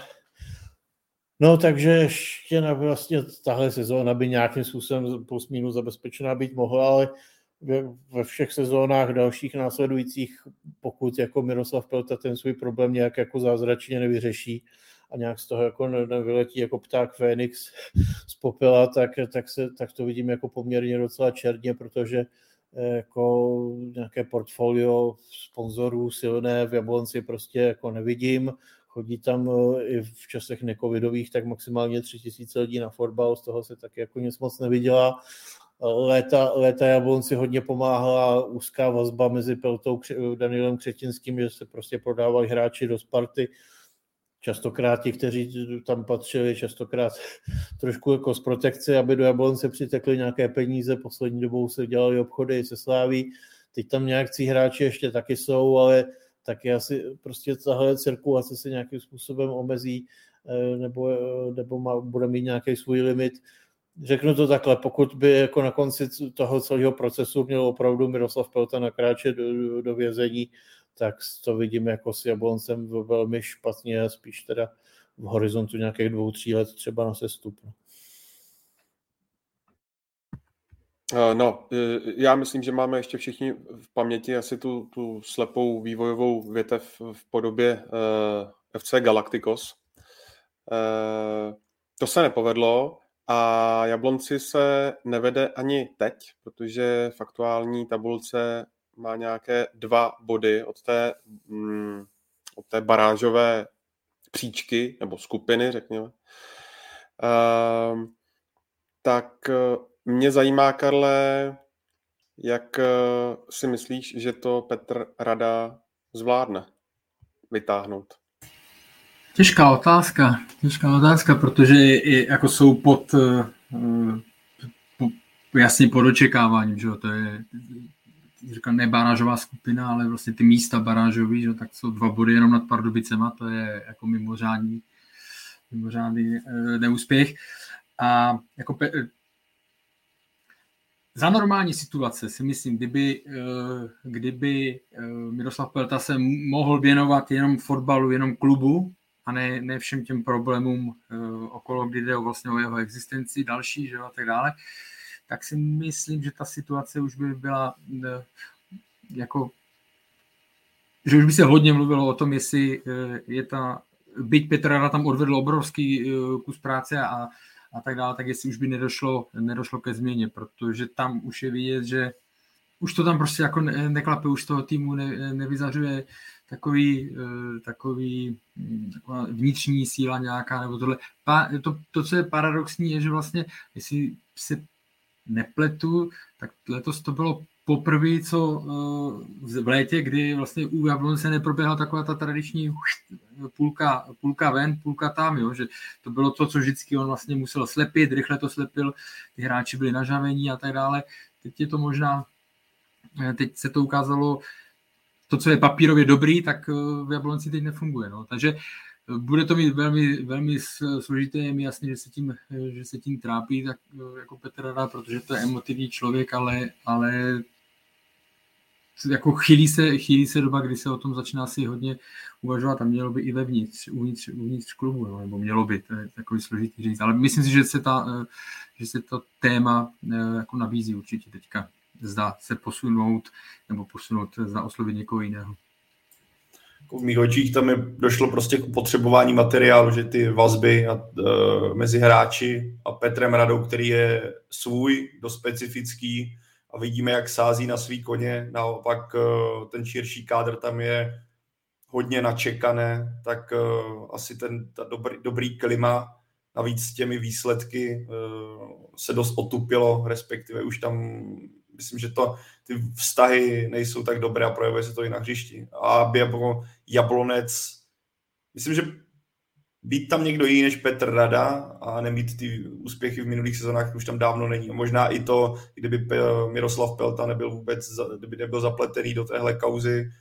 No, takže ještě vlastně tahle sezóna by nějakým způsobem plus minus zabezpečená být mohla, ale ve všech sezónách dalších následujících, pokud jako Miroslav Pelta ten svůj problém nějak jako zázračně nevyřeší a nějak z toho jako nevyletí jako pták Fénix z popela, tak to vidím jako poměrně docela černě, protože jako nějaké portfolio sponzorů silné v Jablonci prostě jako nevidím. Chodí tam i v časech necovidových tak maximálně 3000 lidí na fotbal, z toho se taky jako nic moc neviděla. Léta Jablonci hodně pomáhala úzká vazba mezi Peltou Danielem Křetinským, že se prostě prodávali hráči do Sparty. Častokrát ti, kteří tam patřili, častokrát trošku jako z protekce, aby do Jablonce přitekly nějaké peníze. Poslední dobou se dělali obchody se Sláví. Teď tam nějakcí hráči ještě taky jsou, ale taky asi prostě tahle cirkulace se nějakým způsobem omezí nebo bude mít nějaký svůj limit. Řeknu to takhle, pokud by jako na konci toho celého procesu měl opravdu Miroslav Pelta nakráčet do vězení, tak to vidím jako s Jabloncem velmi špatně, spíš teda v horizontu nějakých 2-3 let třeba na sestup. No, já myslím, že máme ještě všichni v paměti asi tu slepou vývojovou větev v podobě FC Galacticos. To se nepovedlo a Jablonci se nevede ani teď, protože v aktuální tabulce má nějaké 2 body od té barážové příčky, nebo skupiny, řekněme. Tak mě zajímá, Karle, jak si myslíš, že to Petr Rada zvládne vytáhnout? Těžká otázka, protože jako jsou jasně pod očekáváním, že jo, to je říkám, ne barážová skupina, ale vlastně ty místa barážový, že tak jsou 2 body jenom nad Pardubicema, to je jako mimořádný neúspěch. A jako za normální situace si myslím, kdyby Miroslav Pelta se mohl věnovat jenom fotbalu, jenom klubu a ne všem těm problémům okolo, kdy jde vlastně o jeho existenci další, že a tak dále, tak si myslím, že ta situace už by byla jako, že už by se hodně mluvilo o tom, jestli je byť Petr Rada tam odvedl obrovský kus práce a tak dále, tak jestli už by nedošlo ke změně, protože tam už je vidět, že už to tam prostě jako neklape, už z toho týmu nevyzařuje takový vnitřní síla nějaká, nebo tohle. To, co je paradoxní, je, že vlastně, jestli se nepletu, tak letos to bylo poprvé, co v létě, kdy vlastně u Jablonce neproběhla taková ta tradiční půlka ven, půlka tam, jo? Že to bylo to, co vždycky on vlastně musel slepit, rychle to slepil, ty hráči byli nažavení a tak dále. Teď se to ukázalo, to, co je papírově dobrý, tak v Jablonci teď nefunguje. No. Takže bude to mít velmi, velmi složité, je mi jasný, že se tím trápí, tak jako Petr Rada, protože to je emotivní člověk, ale jako chýlí se doba, kdy se o tom začíná si hodně uvažovat a mělo by i uvnitř klubu, no, nebo mělo by, to je takový složitý říct. Ale myslím si, že se to téma jako nabízí určitě teďka. Zda se posunout, zda oslovit někoho jiného. V mých očích tam došlo prostě k potřebování materiálu, že ty vazby mezi hráči a Petrem Radou, který je svůj, dost specifický a vidíme, jak sází na svý koně, naopak ten širší kádr tam je hodně načekané, tak asi dobrý klima, navíc s těmi výsledky se dost otupilo, respektive už tam myslím, že ty vztahy nejsou tak dobré a projevuje se to i na hřišti. A aby jako Jablonec, myslím, že být tam někdo jiný než Petr Rada a nemít ty úspěchy v minulých sezónách už tam dávno není. A možná i to, kdyby Miroslav Pelta kdyby nebyl zapletený do téhle kauzy,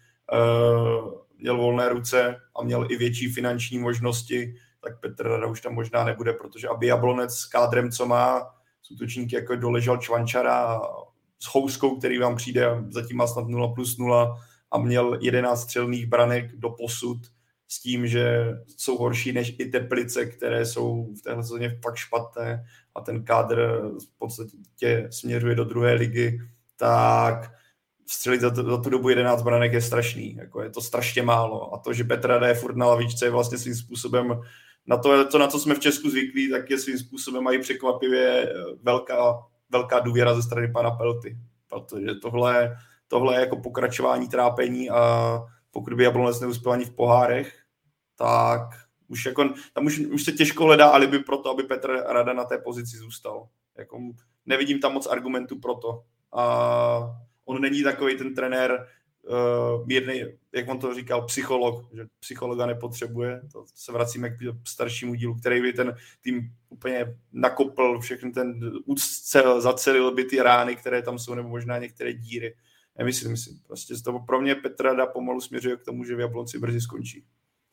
měl volné ruce a měl i větší finanční možnosti, tak Petr Rada už tam možná nebude, protože aby Jablonec s kádrem, co má, s útočníky jako doležel Čvančara s Houskou, který vám přijde a zatím má snad 0+0 a měl 11 střelných branek do posud s tím, že jsou horší než i Teplice, které jsou v téhle sezóně fakt špatné a ten kádr v podstatě směřuje do druhé ligy, tak střelit za tu dobu 11 branek je strašný. Jako je to strašně málo. A to, že Petr Rada je furt na lavičce, je vlastně svým způsobem na co jsme v Česku zvyklí, tak je svým způsobem mají překvapivě velká důvěra ze strany pana Pelty. Protože tohle je jako pokračování trápení a pokud by Jablonec neuspěl ani v pohárech, tak už jako, tam už se těžko hledá alibi pro to, aby Petr Rada na té pozici zůstal. Jako, nevidím tam moc argumentů pro to. A on není takový ten trenér mírný, jak on to říkal, psycholog, že psychologa nepotřebuje. To se vracíme k staršímu dílu, který by ten tým úplně nakopl, všechny zacelil by ty rány, které tam jsou, nebo možná některé díry. Nemyslím si. Prostě z toho pro mě Petr Rada pomalu směřuje k tomu, že v Jablonci brzy skončí.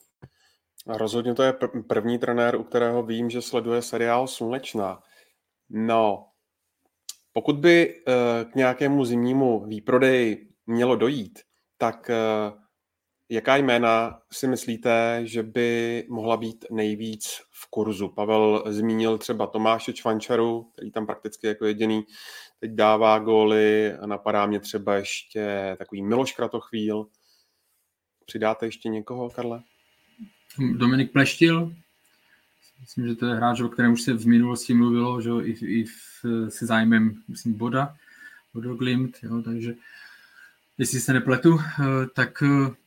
A rozhodně to je první trenér, u kterého vím, že sleduje seriál Slunečná. No, pokud by k nějakému zimnímu výprodeji mělo dojít, tak jaká jména si myslíte, že by mohla být nejvíc v kurzu? Pavel zmínil třeba Tomáše Čvančaru, který tam prakticky jako jediný teď dává góly a napadá mě třeba ještě takový Miloš Kratochvíl. Přidáte ještě někoho, Karle? Dominik Pleštil. Myslím, že to je hráč, o kterém už se v minulosti mluvilo, že se zájmem, myslím, Bodo Glimt, jo, takže jestli se nepletu, tak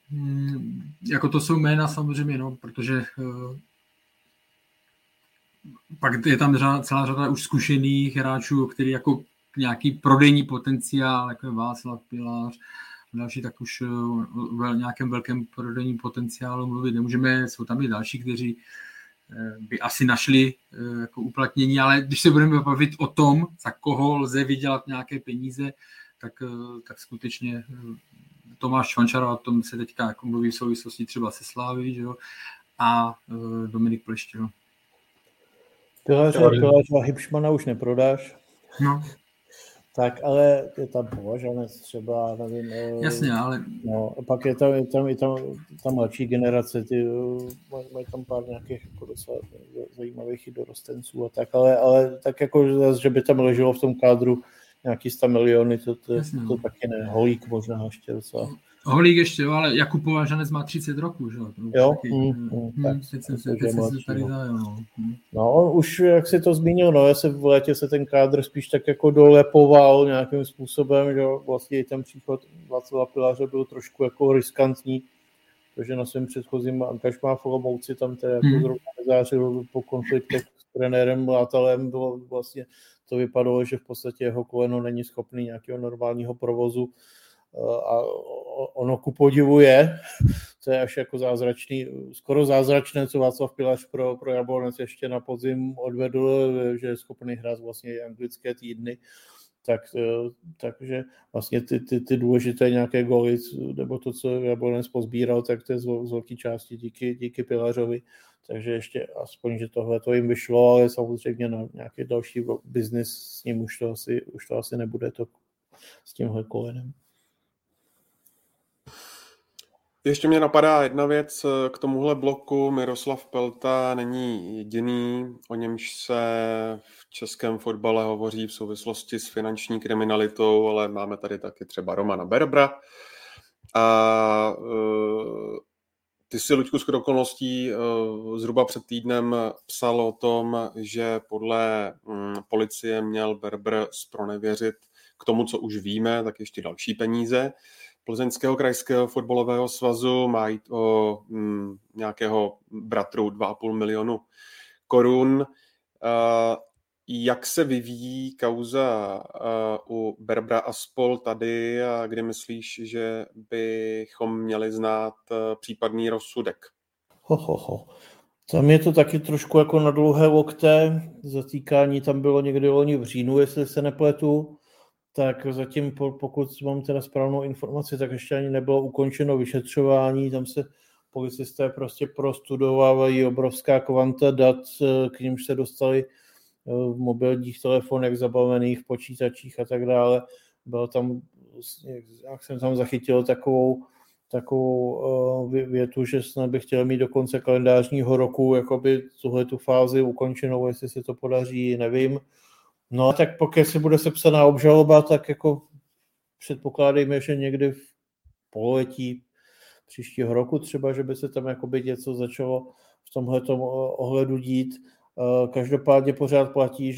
jako to jsou jména samozřejmě, no, protože pak je tam celá řada už zkušených hráčů, který jako nějaký prodejní potenciál, jako je Václav Pilář a další, tak už o nějakém velkém prodejním potenciálu mluvit nemůžeme, jsou tam i další, kteří by asi našli jako uplatnění, ale když se budeme bavit o tom, za koho lze vydělat nějaké peníze, tak skutečně Tomáš Čvančar, o tom se teďka jako mluví v souvislosti třeba se Sláví, že jo, a Dominik Pleštil. Piláře a Hybšmana už neprodáš. No. Tak, ale je tam Považanec třeba, nevím. Jasně, ale... No, a pak je tam mladší generace, mají tam pár nějakých jako docela zajímavých dorostenců a tak, ale tak jako, že by tam leželo v tom kádru nějaký 100 miliony, to taky ne. Holík možná ještě docela Holík ještě, jo, ale Jakub Považanec má 30 roků, že jo? Jo? Teď jsem se tady zajel, no. No, už jak si to zmínil, no, v létě se ten kádr spíš tak jako dolepoval nějakým způsobem, že vlastně i ten příchod Václava Pilaře byl trošku jako riskantní, protože na svém předchozím angažmá v Olomouci tam teda jako zrovna nezářil po konfliktech s trenérem Látalem, bylo vlastně to vypadalo, že v podstatě jeho koleno není schopný nějakého normálního provozu a ono ku podivu je, to je až jako zázračný, skoro zázračné, co Václav Pilař pro Jablonec ještě na podzim odvedl, že je schopný hrát vlastně i anglické týdny, takže vlastně ty důležité nějaké góly, nebo to, co Jablonec pozbíral, tak to je z velké části díky Pilařovi, takže ještě aspoň, že tohle to jim vyšlo, ale samozřejmě na nějaký další biznis s ním už to asi nebude to s tímhle kolenem. Ještě mě napadá jedna věc k tomuhle bloku. Miroslav Pelta není jediný, o němž se v českém fotbale hovoří v souvislosti s finanční kriminalitou, ale máme tady taky třeba Romana Berbra. A ty si, Luďku, shodou okolností zhruba před týdnem psal o tom, že podle policie měl Berber zpronevěřit k tomu, co už víme, tak ještě další peníze. Plzeňského krajského fotbalového svazu má jít o nějakého bratru 2,5 milionu korun. Jak se vyvíjí kauza u Berbra a spol tady a kdy myslíš, že bychom měli znát případný rozsudek? Tam je to taky trošku jako na dlouhé lokte. Zatýkání tam bylo někdy loni v říjnu, jestli se nepletu. Tak zatím, pokud mám teda správnou informaci, tak ještě ani nebylo ukončeno vyšetřování. Tam se policisté prostě prostudovávají obrovská kvanta dat, k nimž se dostali v mobilních telefonech zabavených, v počítačích a tak dále. Bylo tam, jak jsem tam zachytil takovou větu, že snad bych chtěl mít do konce kalendářního roku jakoby tuhletu fázi ukončenou, jestli se to podaří, nevím. No tak pokud se bude sepsaná obžaloba, tak jako předpokládejme, že někdy v pololetí příštího roku třeba, že by se tam jakoby něco začalo v tomhletom ohledu dít. Každopádně pořád platí,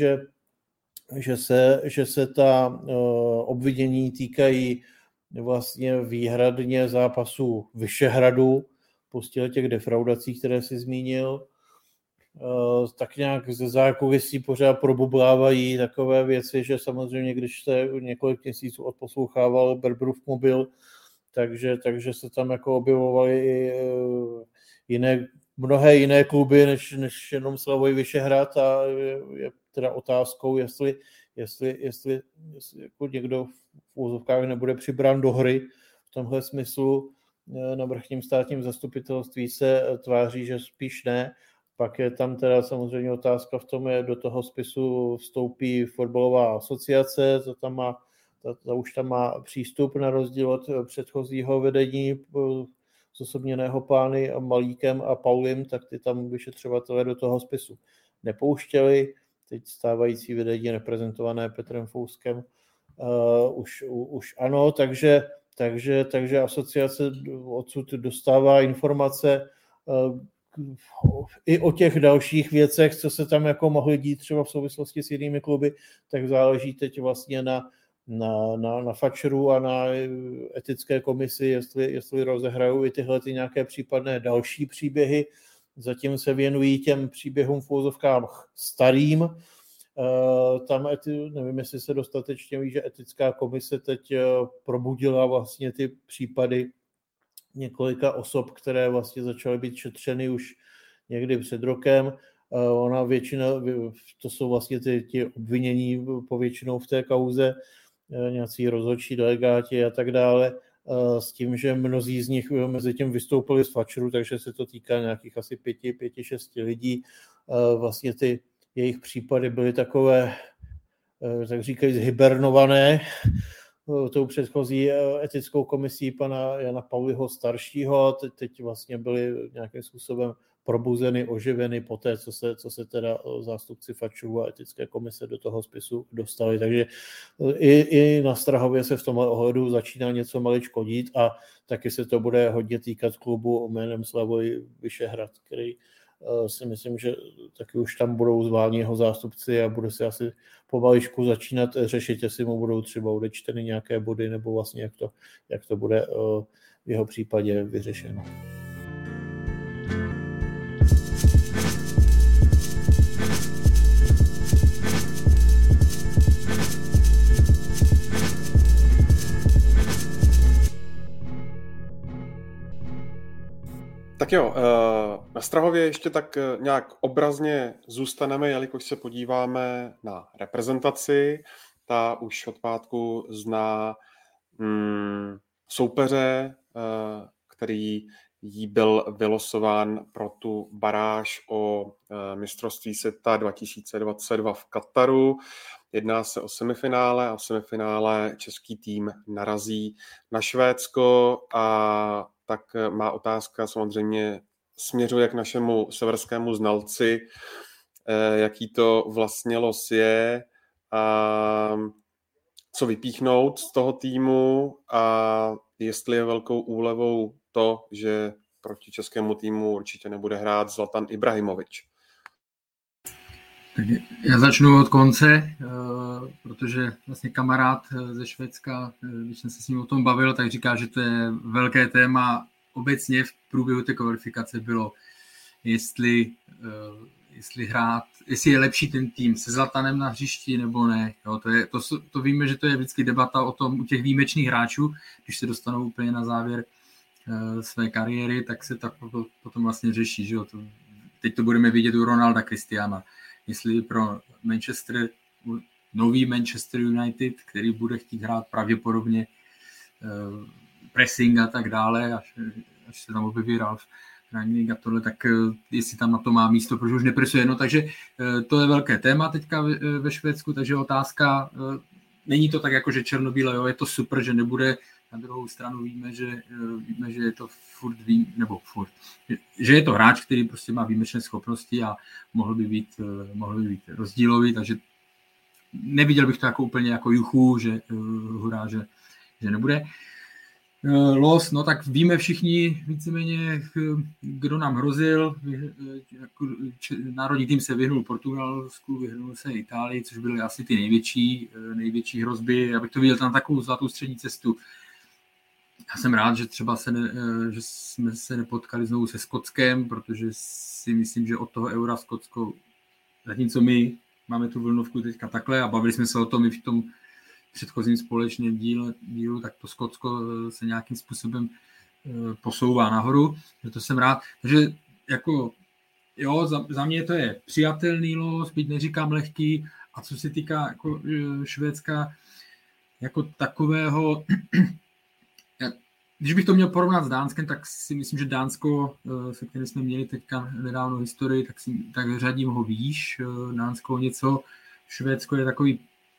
že se ta obvinění týkají vlastně výhradně zápasů Vyšehradu, plus těch defraudací, které si zmínil. Tak nějak ze zákulisí pořád probublávají takové věci, že samozřejmě, když se několik měsíců odposlouchával Berberův mobil, takže se tam jako objevovaly i mnohé jiné kluby, než jenom Slavoj Vyšehrad a je teda otázkou, jestli jako někdo v úzovkách nebude přibrán do hry v tomhle smyslu. Na vrchním státním zastupitelství se tváří, že spíš ne. Pak je tam teda samozřejmě otázka v tom, do toho spisu vstoupí fotbalová asociace, ta už tam má přístup na rozdíl od předchozího vedení zosobněného pány a Malíkem a Paulim, tak ty tam vyšetřovatelé do toho spisu nepouštěli. Teď stávající vedení reprezentované Petrem Fouskem už ano, takže asociace odsud dostává informace i o těch dalších věcech, co se tam jako mohly dít třeba v souvislosti s jinými kluby, tak záleží teď vlastně na Fatscheru a na etické komisi, jestli rozehrajou i tyhle nějaké případné další příběhy. Zatím se věnují těm příběhům v úvozovkách starým. Tam nevím, jestli se dostatečně ví, že etická komise teď probudila vlastně ty případy několika osob, které vlastně začaly být šetřeny už někdy před rokem. Ona většina, to jsou vlastně ti obvinění povětšinou v té kauze, nějací rozhodčí delegáti a tak dále, s tím, že mnozí z nich mezi tím vystoupili z Fatscheru, takže se to týká nějakých asi 5-6 lidí. Vlastně ty jejich případy byly takové, tak říkají, zhibernované tou předchozí etickou komisí pana Jana Pauliho staršího a teď vlastně byly nějakým způsobem probuzeny, oživeny po té, co se teda zástupci FAČu a etické komise do toho spisu dostali. Takže i na Strahově se v tomhle ohledu začíná něco maličko dít a taky se to bude hodně týkat klubu jménem Slavoj Vyšehrad, který si myslím, že taky už tam budou zváni jeho zástupci a bude se asi pomaličku začínat řešit, jestli mu budou třeba odečteny nějaké body, nebo vlastně jak to bude v jeho případě vyřešeno. Tak jo, na Strahově ještě tak nějak obrazně zůstaneme, jelikož se podíváme na reprezentaci. Ta už od pátku zná soupeře, který jí byl vylosován pro tu baráž o mistrovství světa 2022 v Kataru. Jedná se o semifinále a v semifinále český tým narazí na Švédsko a tak má otázka samozřejmě směřuje k našemu severskému znalci, jaký to vlastně los je a co vypíchnout z toho týmu a jestli je velkou úlevou to, že proti českému týmu určitě nebude hrát Zlatan Ibrahimovič. Tak já začnu od konce, protože vlastně kamarád ze Švédska, když jsem se s ním o tom bavil, tak říká, že to je velké téma. Obecně v průběhu té kvalifikace bylo, jestli je lepší ten tým se Zlatanem na hřišti nebo ne. Jo, to víme, že to je vždycky debata o tom u těch výjimečných hráčů, když se dostanou úplně na závěr své kariéry, tak se tak potom vlastně řeší. Že jo? Teď to budeme vidět u Ronalda Cristiana. Jestli pro nový Manchester United, který bude chtít hrát pravděpodobně pressing a tak dále, až se tam objeví Ralf Rangnick a tohle, tak jestli tam na to má místo, protože už nepresuje. No, takže to je velké téma teďka ve Švédsku, takže otázka, není to tak jako, že černobíle, jo, je to super, že nebude, na druhou stranu víme, že je to že je to hráč, který prostě má výjimečné schopnosti a mohl by být rozdílový, takže neviděl bych to jako úplně jako juchu, že hurá, že nebude. Los, no tak víme všichni víceméně, kdo nám hrozil. Národní tým se vyhnul Portugalsku, vyhnul se Itálii, což byly asi ty největší hrozby. Já bych to viděl tam takovou zlatou střední cestu. Já jsem rád, že třeba že jsme se nepotkali znovu se Skotskem, protože si myslím, že od toho Eura Skotsko, zatímco my máme tu vlnovku teďka takhle a bavili jsme se o tom i v tom předchozím společném dílu, tak to Skotsko se nějakým způsobem posouvá nahoru, že to jsem rád. Takže jako, jo, za mě to je přijatelný los, byť neříkám lehký, a co se týká jako Švédska jako takového, když bych to měl porovnat s Dánskem, tak si myslím, že Dánsko, se kterým jsme měli teďka nedávno historii, tak řadím ho výš, Dánsko něco, Švédsko je takový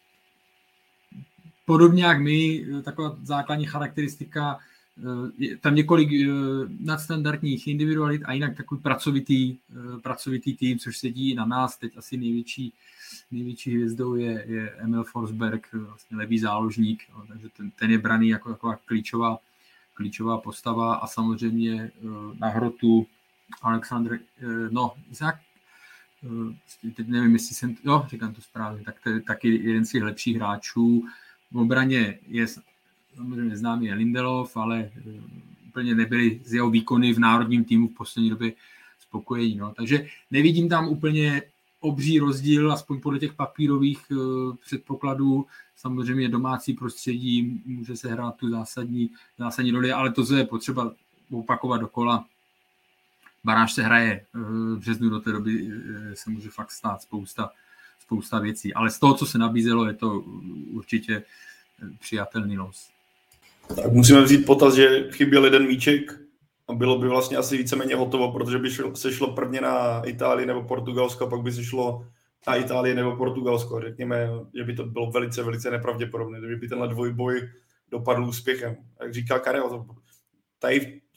podobně jak my, taková základní charakteristika, tam několik nadstandardních individualit a jinak takový pracovitý tým, což sedí na nás. Teď asi největší hvězdou je Emil Forsberg, vlastně levý záložník, takže ten je braný jako taková klíčová postava a samozřejmě na hrotu Alexandr, Izák, teď nevím, jestli jsem, říkám to správně, tak to je taky jeden z těch lepších hráčů. V obraně je samozřejmě známý Lindelof, ale úplně nebyli z jeho výkony v národním týmu v poslední době spokojení. No. Takže nevidím tam úplně obří rozdíl, aspoň podle těch papírových předpokladů. Samozřejmě domácí prostředí může se hrát tu zásadní roli, ale to je potřeba opakovat dokola. Baráž se hraje v březnu, do té doby se může fakt stát spousta věcí. Ale z toho, co se nabízelo, je to určitě přijatelný los. Tak musíme vzít potaz, že chyběl jeden míček a bylo by vlastně asi víceméně hotovo, protože by se šlo prvně na Itálii nebo Portugalsko, a pak by se šlo na Itálii nebo Portugalsko. Řekněme, že by to bylo velice, velice nepravděpodobné, že by tenhle dvojboj dopadl úspěchem. Jak říká Karel, tady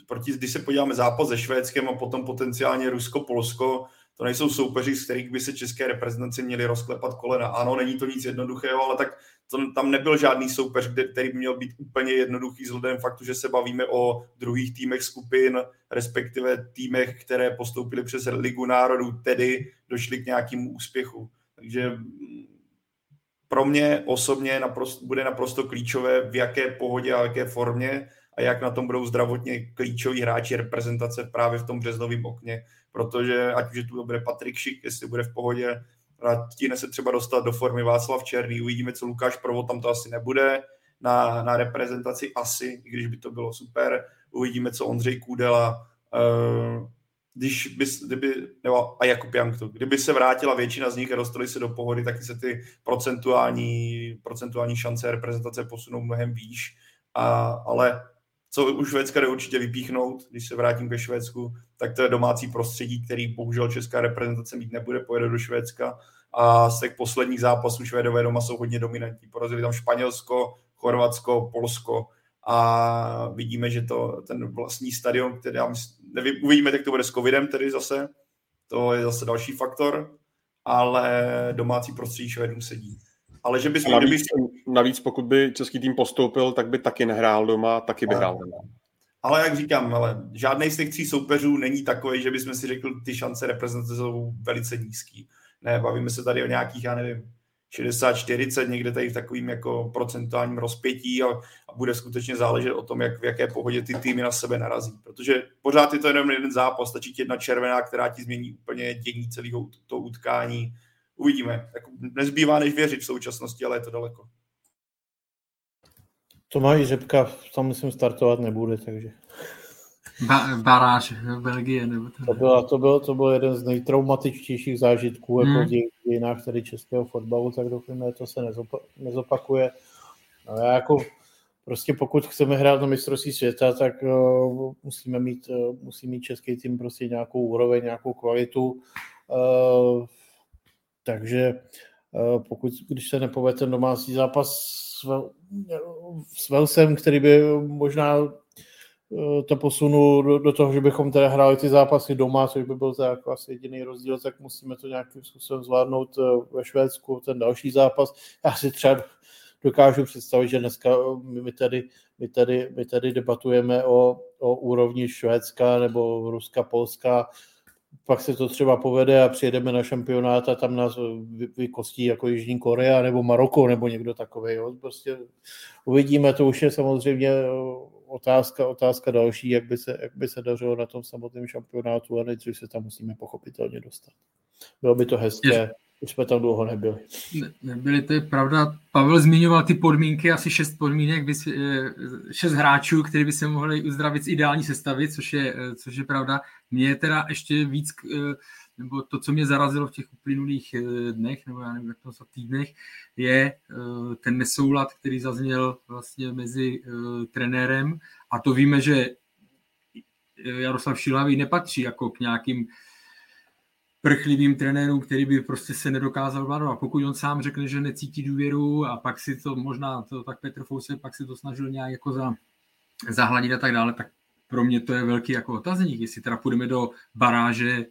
když se podíváme zápas se Švédskem a potom potenciálně Rusko-Polsko, to nejsou soupeři, z kterých by se české reprezentaci měli rozklepat kolena. Ano, není to nic jednoduchého, ale tak tam nebyl žádný soupeř, který by měl být úplně jednoduchý vzhledem faktu, že se bavíme o druhých týmech skupin, respektive týmech, které postoupily přes Ligu národů, tedy došly k nějakému úspěchu. Takže pro mě osobně bude naprosto klíčové, v jaké pohodě a v jaké formě a jak na tom budou zdravotně klíčoví hráči reprezentace právě v tom březnovém okně, protože ať už je tu bude Patrik Šik, jestli bude v pohodě, stihne se třeba dostat do formy Václav Černý, uvidíme, co Lukáš Provod, tam to asi nebude, na reprezentaci asi, i když by to bylo super, uvidíme, co Ondřej Kůdela, a Jakub Jankto. Kdyby se vrátila většina z nich a dostali se do pohody, tak se ty procentuální šance reprezentace posunou mnohem výš. Ale co u Švédska jde určitě vypíchnout, když se vrátím ke Švédsku, tak to je domácí prostředí, který bohužel česká reprezentace mít nebude, pojede do Švédska. A z těch posledních zápasů Švédové doma jsou hodně dominantní. Porazili tam Španělsko, Chorvatsko, Polsko a vidíme, že ten vlastní stadion, který uvidíme, jak to bude s covidem tedy zase, to je zase další faktor, ale domácí prostředí Švédům sedí. Ale že navíc, pokud by český tým postoupil, tak by taky nehrál doma, taky by hrál doma. Ale jak říkám, žádnej z těch 3 soupeřů není takový, že bychom si řekli, ty šance reprezentace jsou velice nízký. Ne, bavíme se tady o nějakých, 60-40, někde tady v takovým jako procentuálním rozpětí a bude skutečně záležet o tom, v jaké pohodě ty týmy na sebe narazí. Protože pořád je to jenom jeden zápas, stačí ti jedna červená, která ti změní úplně dění celého toho utkání. Uvidíme. Tak nezbývá než věřit v současnosti, ale je to daleko. Tomáš Řepka tam myslím startovat nebude, takže... Baráž v Belgii. Nebo to byl jeden z nejtraumatičtějších zážitků jako v dějinách tady českého fotbalu, tak doufujeme, že to se nezopakuje. No já jako prostě pokud chceme hrát na mistrovství světa, tak musí mít český tým prostě nějakou úroveň, nějakou kvalitu. Takže když se nepovede ten domácí zápas s Walesem, který by možná to posunul do toho, že bychom teda hráli ty zápasy doma, což by byl jako asi jediný rozdíl, tak musíme to nějakým způsobem zvládnout ve Švédsku, ten další zápas. Já si třeba dokážu představit, že dneska my tady debatujeme o úrovni Švédska nebo Ruska, Polska, pak se to třeba povede a přijedeme na šampionát a tam nás vykostí jako Jižní Korea nebo Maroko nebo někdo takový. Jo. Prostě uvidíme, to už je samozřejmě otázka další, jak by se dařilo na tom samotném šampionátu a nejdřív se tam musíme pochopitelně dostat. Bylo by to hezké, už jsme tam dlouho nebyli. Nebyli, to je pravda. Pavel zmiňoval ty podmínky, asi 6 podmínek, 6 hráčů, kteří by se mohli uzdravit z ideální sestavy, což je pravda. Mě teda ještě víc, nebo to, co mě zarazilo v těch uplynulých dnech, nebo já nevím, jak to jsou týdnech, je ten nesoulad, který zazněl vlastně mezi trenérem, a to víme, že Jaroslav Šilhavý nepatří jako k nějakým prchlivým trenérům, který by prostě se nedokázal vládnout. A pokud on sám řekne, že necítí důvěru a pak si to možná, tak Petr Fouse pak si to snažil nějak jako zahladit a tak dále, tak pro mě to je velký jako otazník, jestli teda půjdeme do baráže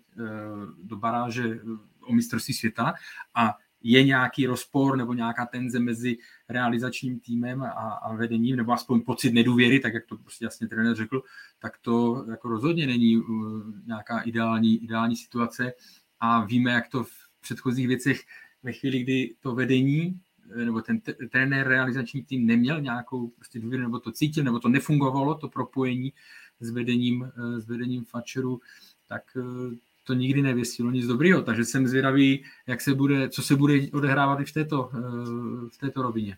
o mistrovství světa a je nějaký rozpor nebo nějaká tenze mezi realizačním týmem a vedením, nebo aspoň pocit nedůvěry, tak jak to prostě jasně trenér řekl, tak to jako rozhodně není nějaká ideální situace a víme, jak to v předchozích věcech ve chvíli, kdy to vedení nebo ten trenér, realizační tým neměl nějakou prostě důvěru, nebo to cítil, nebo to nefungovalo, to propojení s vedením Fatscheru, tak to nikdy nevěstilo nic dobrýho. Takže jsem zvědavý, co se bude odehrávat i v této rovině.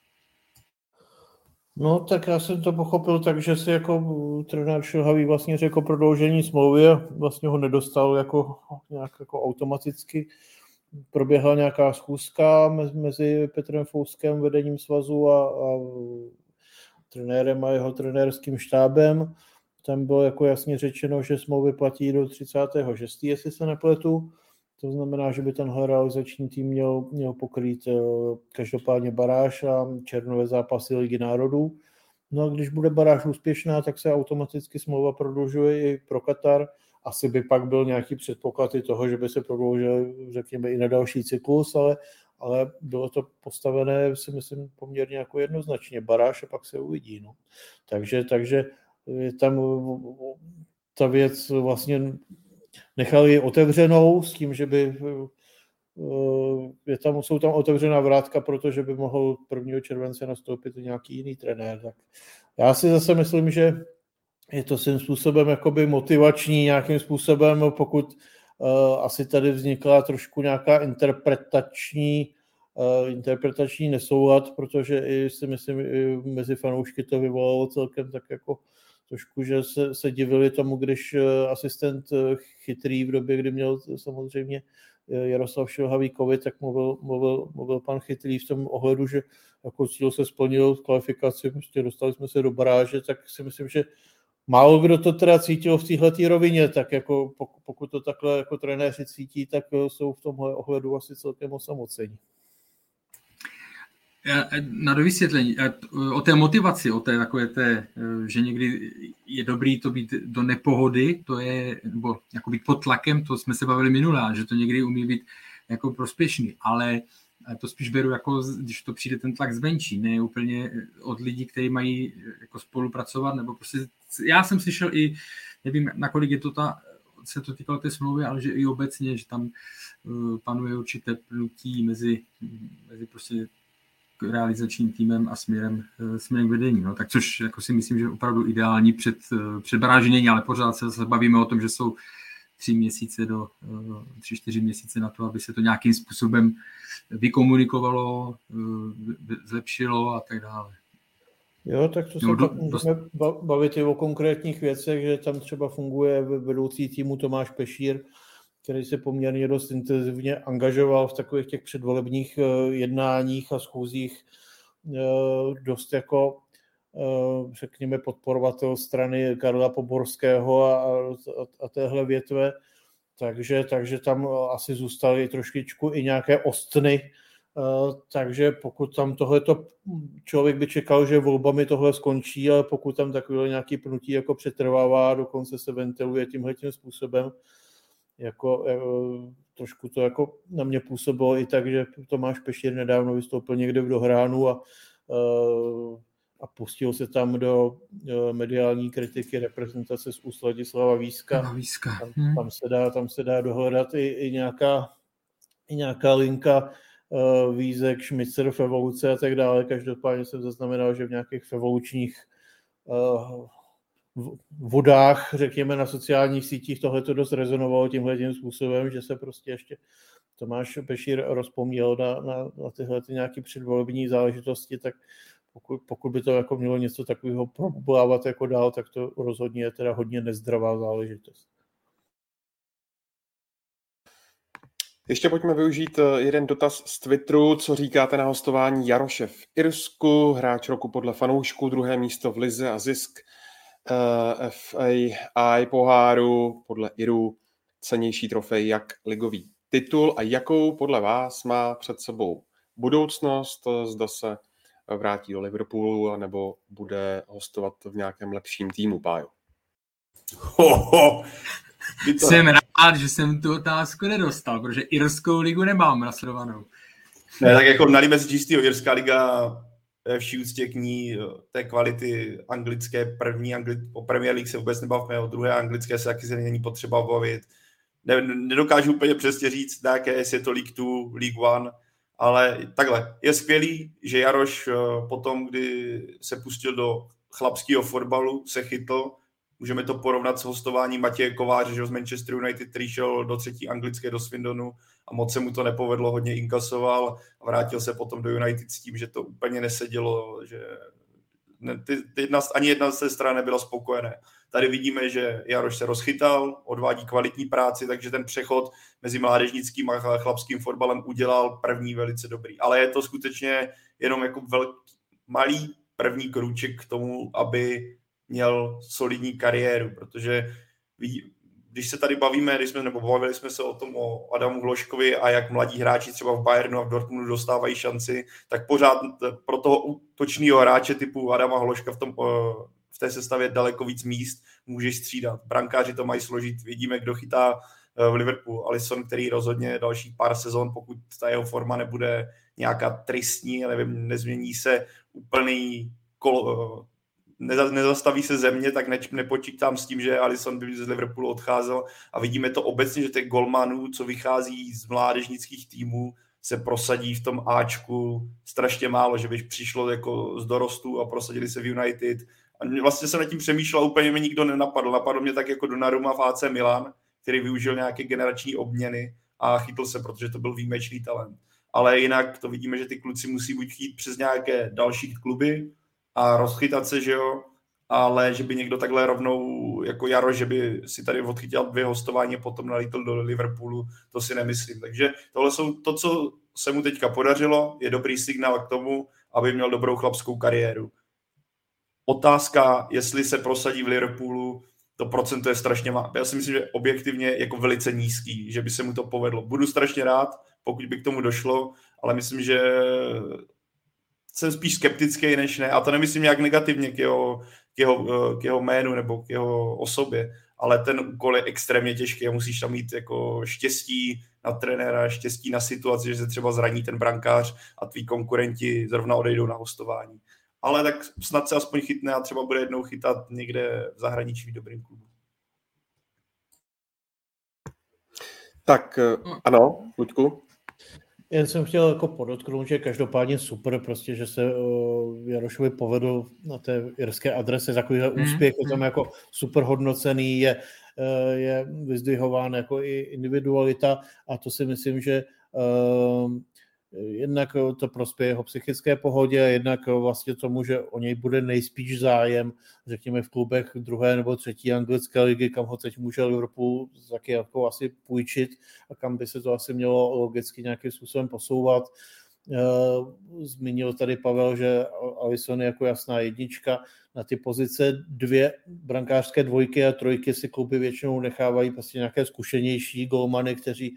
No, tak já jsem to pochopil tak, že si jako trenér Šilhavý vlastně řekl prodloužení smlouvy a vlastně ho nedostal nějak jako automaticky. Proběhla nějaká schůzka mezi Petrem Fouskem, vedením svazu a trenérem a jeho trenérským štábem. Tam bylo jako jasně řečeno, že smlouvy platí do 36., jestli se nepletu. To znamená, že by tenhle realizační tým měl pokrýt každopádně baráž a červnové zápasy Ligy národů. No a když bude baráž úspěšná, tak se automaticky smlouva prodlužuje i pro Katar. Asi by pak byl nějaký předpoklad i toho, že by se prodloužil, řekněme, i na další cyklus, ale bylo to postavené, si myslím, poměrně jako jednoznačně. Baráž a pak se uvidí. No. Takže je tam ta věc vlastně nechali otevřenou s tím, že by jsou tam otevřená vrátka, protože by mohl 1. července nastoupit nějaký jiný trenér. Tak já si zase myslím, že je to svým způsobem jakoby motivační, nějakým způsobem, pokud asi tady vznikla trošku nějaká interpretační nesoulad, protože i si myslím, i mezi fanoušky to vyvolalo celkem tak jako trošku, že se divili tomu, když asistent Chytrý v době, kdy měl samozřejmě Jaroslav Šilhavý covid, tak mluvil pan Chytrý v tom ohledu, že jako cíl se splnil kvalifikaci, prostě dostali jsme se do baráže, tak si myslím, že málo kdo to teda cítil v téhletý rovině, tak jako pokud to takhle jako trenéři cítí, tak jsou v tomhle ohledu asi celkem osamocení. Na dovysvětlení, o té motivaci, o té takové té, že někdy je dobrý to být do nepohody, to je, nebo jako být pod tlakem, to jsme se bavili minulá, že to někdy umí být jako prospěšný, ale to spíš beru jako, když to přijde ten tlak zvenčí, ne úplně od lidí, kteří mají jako spolupracovat, nebo prostě, já jsem slyšel i, nevím, nakolik je to se to týkalo té smlouvy, ale že i obecně, že tam panuje určité pnutí mezi prostě realizačním týmem a směrem k vedení. No. Tak což jako si myslím, že opravdu ideální před baráží není, ale pořád se bavíme o tom, že jsou 3-4 měsíce na to, aby se to nějakým způsobem vykomunikovalo, zlepšilo a tak dále. Jo, tak to se můžeme bavit i o konkrétních věcech, že tam třeba funguje vedoucí týmu Tomáš Pešír, který se poměrně dost intenzivně angažoval v takových těch předvolebních jednáních a schůzích, dost jako, řekněme, podporovatel strany Karla Poborského a téhle větve, takže tam asi zůstaly trošičku i nějaké ostny, takže pokud tam tohleto, člověk by čekal, že volbami tohle skončí, ale pokud tam takové nějaký pnutí jako přetrvává, dokonce se ventiluje tímhletím způsobem, jako trošku to jako na mě působilo i tak, že Tomáš Pešír nedávno vystoupil někde v Dohránu a pustil se tam do mediální kritiky reprezentace z úst Ladislava Víska. Tam se dá dohledat i nějaká linka Vízek, Šmicer, Fevoluce a tak dále. Každopádně jsem zaznamenal, že v nějakých fevolučních vodách, řekněme, na sociálních sítích tohle to dost rezonovalo tímhletím způsobem, že se prostě ještě Tomáš Pešír rozpomněl na tyhle nějaké předvolební záležitosti, tak pokud by to jako mělo něco takového probublávat jako dál, tak to rozhodně je teda hodně nezdravá záležitost. Ještě pojďme využít jeden dotaz z Twitteru. Co říkáte na hostování Jaroše v Irsku, hráč roku podle fanoušků, 2. místo v lize a zisk FA poháru podle Iru, cennější trofej jak ligový titul a jakou podle vás má před sebou budoucnost, zda se vrátí do Liverpoolu nebo bude hostovat v nějakém lepším týmu, Pájo? Jsem rád, že jsem tu otázku nedostal, protože irskou ligu nemám nasledovanou. Ne, tak jako nalíme si čistýho, irská liga vší úctě k ní, té kvality anglické první, o Premier League se vůbec nebavme, o druhé anglické se taky není potřeba bavit. Nedokážu úplně přesně říct, jaké je to League 2, League 1, ale takhle, je skvělý, že Jaroš potom, kdy se pustil do chlapského fotbalu, se chytl. Můžeme to porovnat s hostováním Matěje Kováře, že z Manchester United, který šel do 3. anglické do Swindonu a moc se mu to nepovedlo, hodně inkasoval a vrátil se potom do United s tím, že to úplně nesedělo, že ani jedna ze stran nebyla spokojené. Tady vidíme, že Jaroš se rozchytal, odvádí kvalitní práci, takže ten přechod mezi mládežnickým a chlapským fotbalem udělal první velice dobrý. Ale je to skutečně jenom jako malý první krůček k tomu, aby měl solidní kariéru, protože když se tady bavíme, bavili jsme se o tom o Adamu Hložkovi a jak mladí hráči třeba v Bayernu a v Dortmundu dostávají šanci, tak pořád pro toho útočného hráče typu Adama Hložka v té sestavě daleko víc míst můžeš střídat. Brankáři to mají složit, vidíme, kdo chytá v Liverpoolu. Alisson, který rozhodně dalších pár sezon, pokud ta jeho forma nebude nějaká tristní, nezmění se úplný nezastaví se země, tak nepočítám s tím, že Alisson by z Liverpoolu odcházel a vidíme to obecně, že těch golmanů, co vychází z mládežnických týmů, se prosadí v tom Ačku strašně málo, že by přišlo jako z dorostu a prosadili se v United. A vlastně jsem nad tím přemýšlel, úplně mě nikdo nenapadl. Napadl mě tak jako Donnarumma v AC Milan, který využil nějaké generační obměny a chytl se, protože to byl výjimečný talent. Ale jinak to vidíme, že ty kluci musí buď jít přes nějaké další kluby a rozchytat se, že jo, ale že by někdo takhle rovnou jako Jaro, že by si tady odchytil 2 hostování a potom nalítl do Liverpoolu, to si nemyslím. Takže tohle jsou to, co se mu teďka podařilo, je dobrý signál k tomu, aby měl dobrou chlapskou kariéru. Otázka, jestli se prosadí v Liverpoolu, to procento je strašně má. Já si myslím, že objektivně jako velice nízký, že by se mu to povedlo. Budu strašně rád, pokud by k tomu došlo, ale myslím, že jsem spíš skeptický než ne. A to nemyslím nějak negativně k jeho jménu nebo k jeho osobě, ale ten úkol je extrémně těžký a musíš tam mít jako štěstí na trenéra, štěstí na situaci, že se třeba zraní ten brankář a tví konkurenti zrovna odejdou na hostování. Ale tak snad se aspoň chytne a třeba bude jednou chytat někde v zahraničí v dobrým klubu. Tak ano, Luďku. Jen jsem chtěl jako podotknout, že každopádně super, prostě, že se Jarošovi povedl na té irské adrese takovýhle úspěch, je tam jako super hodnocený, je vyzdvihován jako i individualita a to si myslím, že jednak to prospěje jeho psychické pohodě, jednak vlastně tomu, že o něj bude nejspíš zájem, řekněme v klubech 2. nebo 3. anglické ligy, kam ho teď může Liverpool taky jako asi půjčit a kam by se to asi mělo logicky nějakým způsobem posouvat. Zmínil tady Pavel, že Alisson je jako jasná jednička. Na ty pozice 2 brankářské 2 a 3 si kluby většinou nechávají prostě nějaké zkušenější golmany, kteří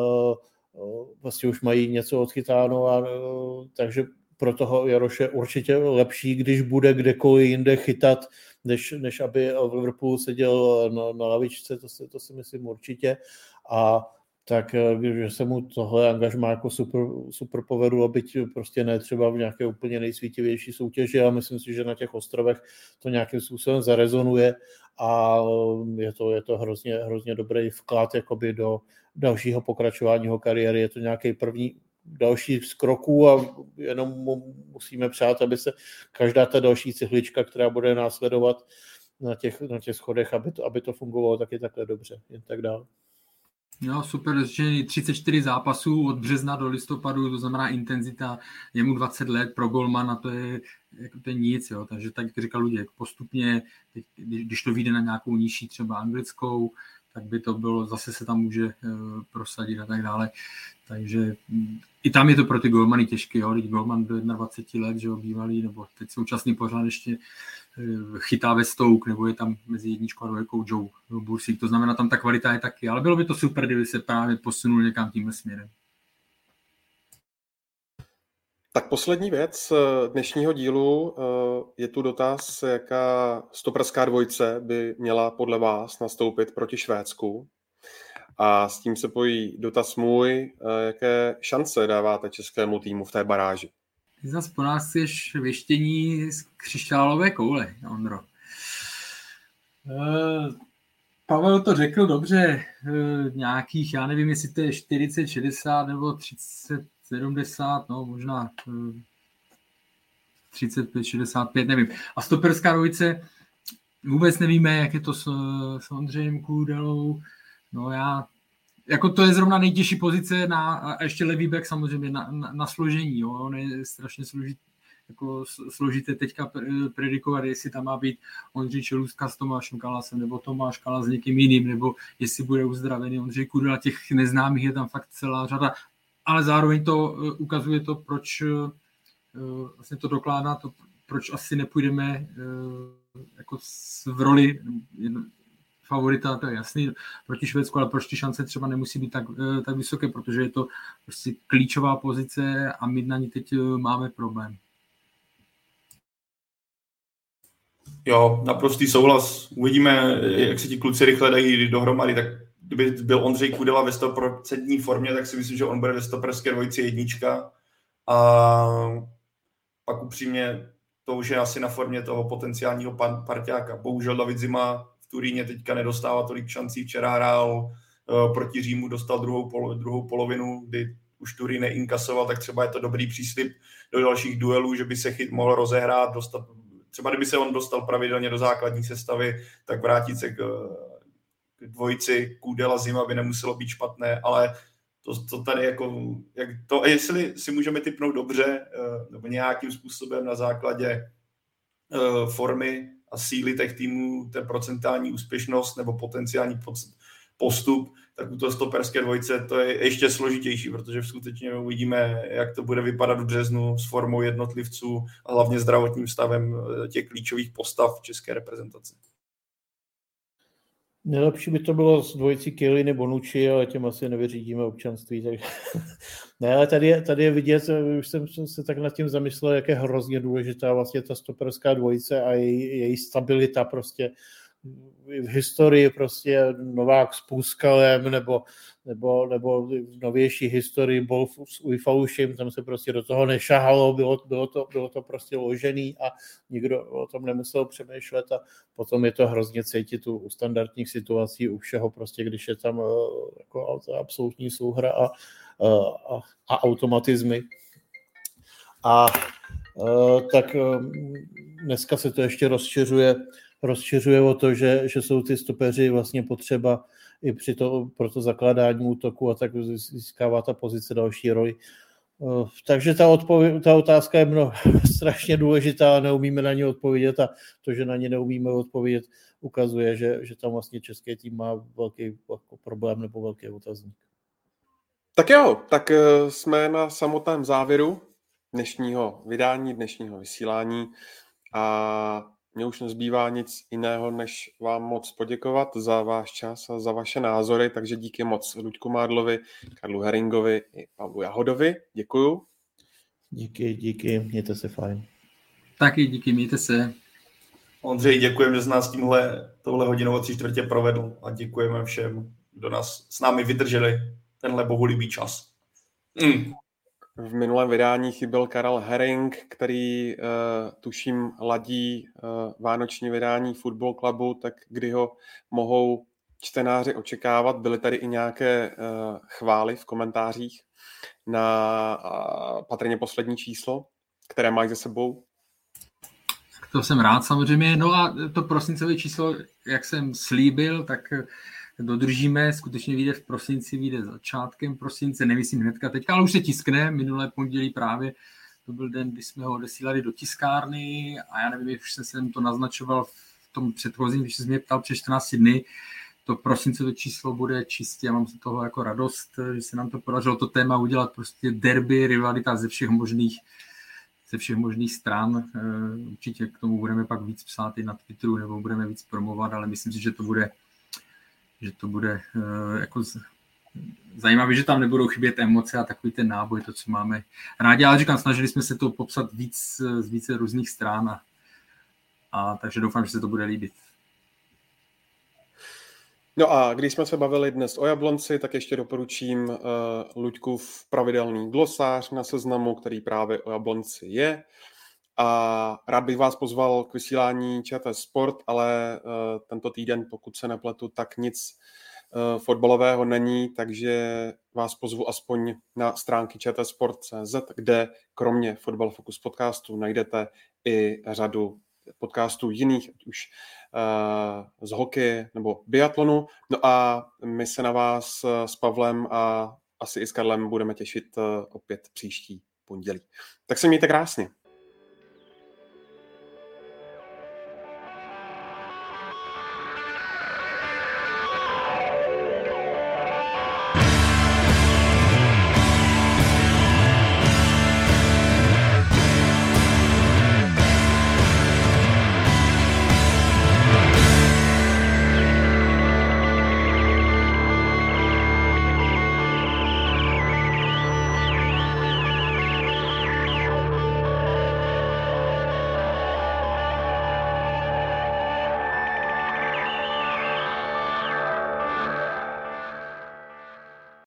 vlastně už mají něco odchytáno a takže pro toho Jaroše určitě lepší, když bude kdekoliv jinde chytat, než aby v Liverpoolu seděl na lavičce, to si myslím určitě. A tak, že se mu tohle angažmá jako super povedlo, byť prostě ne třeba v nějaké úplně nejsvítivější soutěži, ale myslím si, že na těch ostrovech to nějakým způsobem zarezonuje a je to hrozně dobrý vklad jakoby do dalšího pokračování jeho kariéry. Je to nějaký první další z kroků a jenom mu musíme přát, aby se každá ta další cihlička, která bude následovat na těch schodech, aby to fungovalo taky takhle dobře. Jen tak dál. Jo, super, že 34 zápasů od března do listopadu, to znamená intenzita, je mu 20 let pro golmana, to je nic, jo. Takže tak jak říkal Luděk, postupně, když to vyjde na nějakou nižší třeba anglickou, tak by to bylo, zase se tam může prosadit a tak dále. Takže i tam je to pro ty golmany těžké, jo. Když golman do 21 let, že ho bývalý, nebo teď současný pořád ještě chytá ve Stoke, nebo je tam mezi 1 a 2 Joe Bursík, to znamená, tam ta kvalita je taky, ale bylo by to super, kdyby se právě posunul někam tímhle směrem. Tak poslední věc dnešního dílu je tu dotaz, jaká stoperská dvojice by měla podle vás nastoupit proti Švédsku. A s tím se pojí dotaz můj, jaké šance dáváte českému týmu v té baráži? Ty zase po nás chceš věštění z křišťálové koule, Ondro. Pavel to řekl dobře, nějakých, já nevím, jestli to je 40, 60 nebo 30, 70, no možná 35, 65, nevím. A stoperská dvojice, vůbec nevíme, jak je to s Ondřejem Koudelou. No jako to je zrovna nejtěžší pozice a ještě levý back samozřejmě na složení, jo. On je strašně složité teďka predikovat, jestli tam má být Ondřej Čelůstka s Tomášem Kalasem, nebo Tomáš Kalas s někým jiným, nebo jestli bude uzdravený Ondřej Kudela, těch neznámých je tam fakt celá řada, ale zároveň to ukazuje to, proč vlastně to dokládá to, proč asi nepůjdeme jako v roli favorita, to je jasný, proti Švédsku, ale proč ty šance třeba nemusí být tak vysoké, protože je to prostě klíčová pozice a my na ní teď máme problém. Jo, naprostý souhlas. Uvidíme, jak se ti kluci rychle dají dohromady, tak kdyby byl Ondřej Kudela ve 100% formě, tak si myslím, že on bude ve stoperské dvojici jednička a pak upřímně to už je asi na formě toho potenciálního parťáka. Bohužel David Zima v Turíně teďka nedostává tolik šancí. Včera hrál proti Římu, dostal druhou polovinu, kdy už Turín neinkasoval, tak třeba je to dobrý příslib do dalších duelů, že by se mohl rozehrát, třeba kdyby se on dostal pravidelně do základní sestavy, tak vrátit se k dvojici Kudela Zima by nemuselo být špatné, ale to tady jako, jak to, jestli si můžeme tipnout dobře, nebo nějakým způsobem na základě formy a síly těch týmů, té procentální úspěšnost nebo potenciální postup, tak u toho stoperské dvojice to je ještě složitější, protože skutečně uvidíme, jak to bude vypadat v březnu s formou jednotlivců a hlavně zdravotním stavem těch klíčových postav české reprezentace. Nejlepší by to bylo s dvojicí Chiellini nebo Bonucci, ale těm asi nevyřídíme občanství. Tak... Ne, ale tady je vidět, už jsem se tak nad tím zamyslel, jak je hrozně důležitá vlastně ta stoperská dvojice a její stabilita prostě v historii prostě Novák s Puskalem nebo v novější historii Bolf s Ujfaušem, tam se prostě do toho nešahalo, bylo to prostě ložený a nikdo o tom nemusel přemýšlet a potom je to hrozně cítit u standardních situací, u všeho prostě, když je tam jako absolutní souhra a automatizmy. A tak dneska se to ještě rozšiřuje o to, že jsou ty stopeři vlastně potřeba i pro to zakládání útoku a tak získává ta pozice další roli. Takže ta otázka je strašně důležitá a neumíme na ní odpovědět a to, že na ně neumíme odpovědět, ukazuje, že tam vlastně český tým má velký problém nebo velký otazník. Tak jo, tak jsme na samotném závěru dnešního vydání, dnešního vysílání a mně už nezbývá nic jiného, než vám moc poděkovat za váš čas a za vaše názory, takže díky moc Luďku Mádlovi, Karlu Heringovi i Pavlu Jahodovi. Děkuju. Díky, mějte se fajn. Taky díky, mějte se. Ondřej, děkujeme, že jsi nás tohle hodinou 3/4 provedl a děkujeme všem, kdo nás s námi vydrželi tenhle bohulibý čas. V minulém vydání chyběl Karel Herring, který tuším ladí vánoční vydání Football Clubu, tak kdy ho mohou čtenáři očekávat. Byly tady i nějaké chvály v komentářích na patrně poslední číslo, které mají za sebou. To jsem rád samozřejmě. No a to prosincové číslo, jak jsem slíbil, tak dodržíme, skutečně vyjde v prosinci, vyjde začátkem prosince, nemyslím hnedka teďka, ale už se tiskne, minulé pondělí právě, to byl den, kdy jsme ho odesílali do tiskárny a já nevím, už jsem to naznačoval v tom předchozím, když jsi mě ptal před 14 dny, to prosincové číslo bude čistě, já mám z toho jako radost, že se nám to podařilo to téma udělat prostě derby, rivalita ze všech možných stran. Určitě k tomu budeme pak víc psát i na Twitteru nebo budeme víc promovat, ale myslím si, že to bude jako zajímavé, že tam nebudou chybět emoce a takový ten náboj, to, co máme rádi. Ale říkám, snažili jsme se to popsat z více různých stran a takže doufám, že se to bude líbit. No a když jsme se bavili dnes o Jablonci, tak ještě doporučím Luďkův pravidelný glosář na Seznamu, který právě o Jablonci je. A rád bych vás pozval k vysílání ČT Sport, ale tento týden, pokud se nepletu, tak nic fotbalového není, takže vás pozvu aspoň na stránky čtsport.cz, kde kromě Fotbal Focus podcastu najdete i řadu podcastů jiných, ať už z hokeje nebo biatlonu. No a my se na vás s Pavlem a asi i s Karlem budeme těšit opět příští pondělí. Tak se mějte krásně.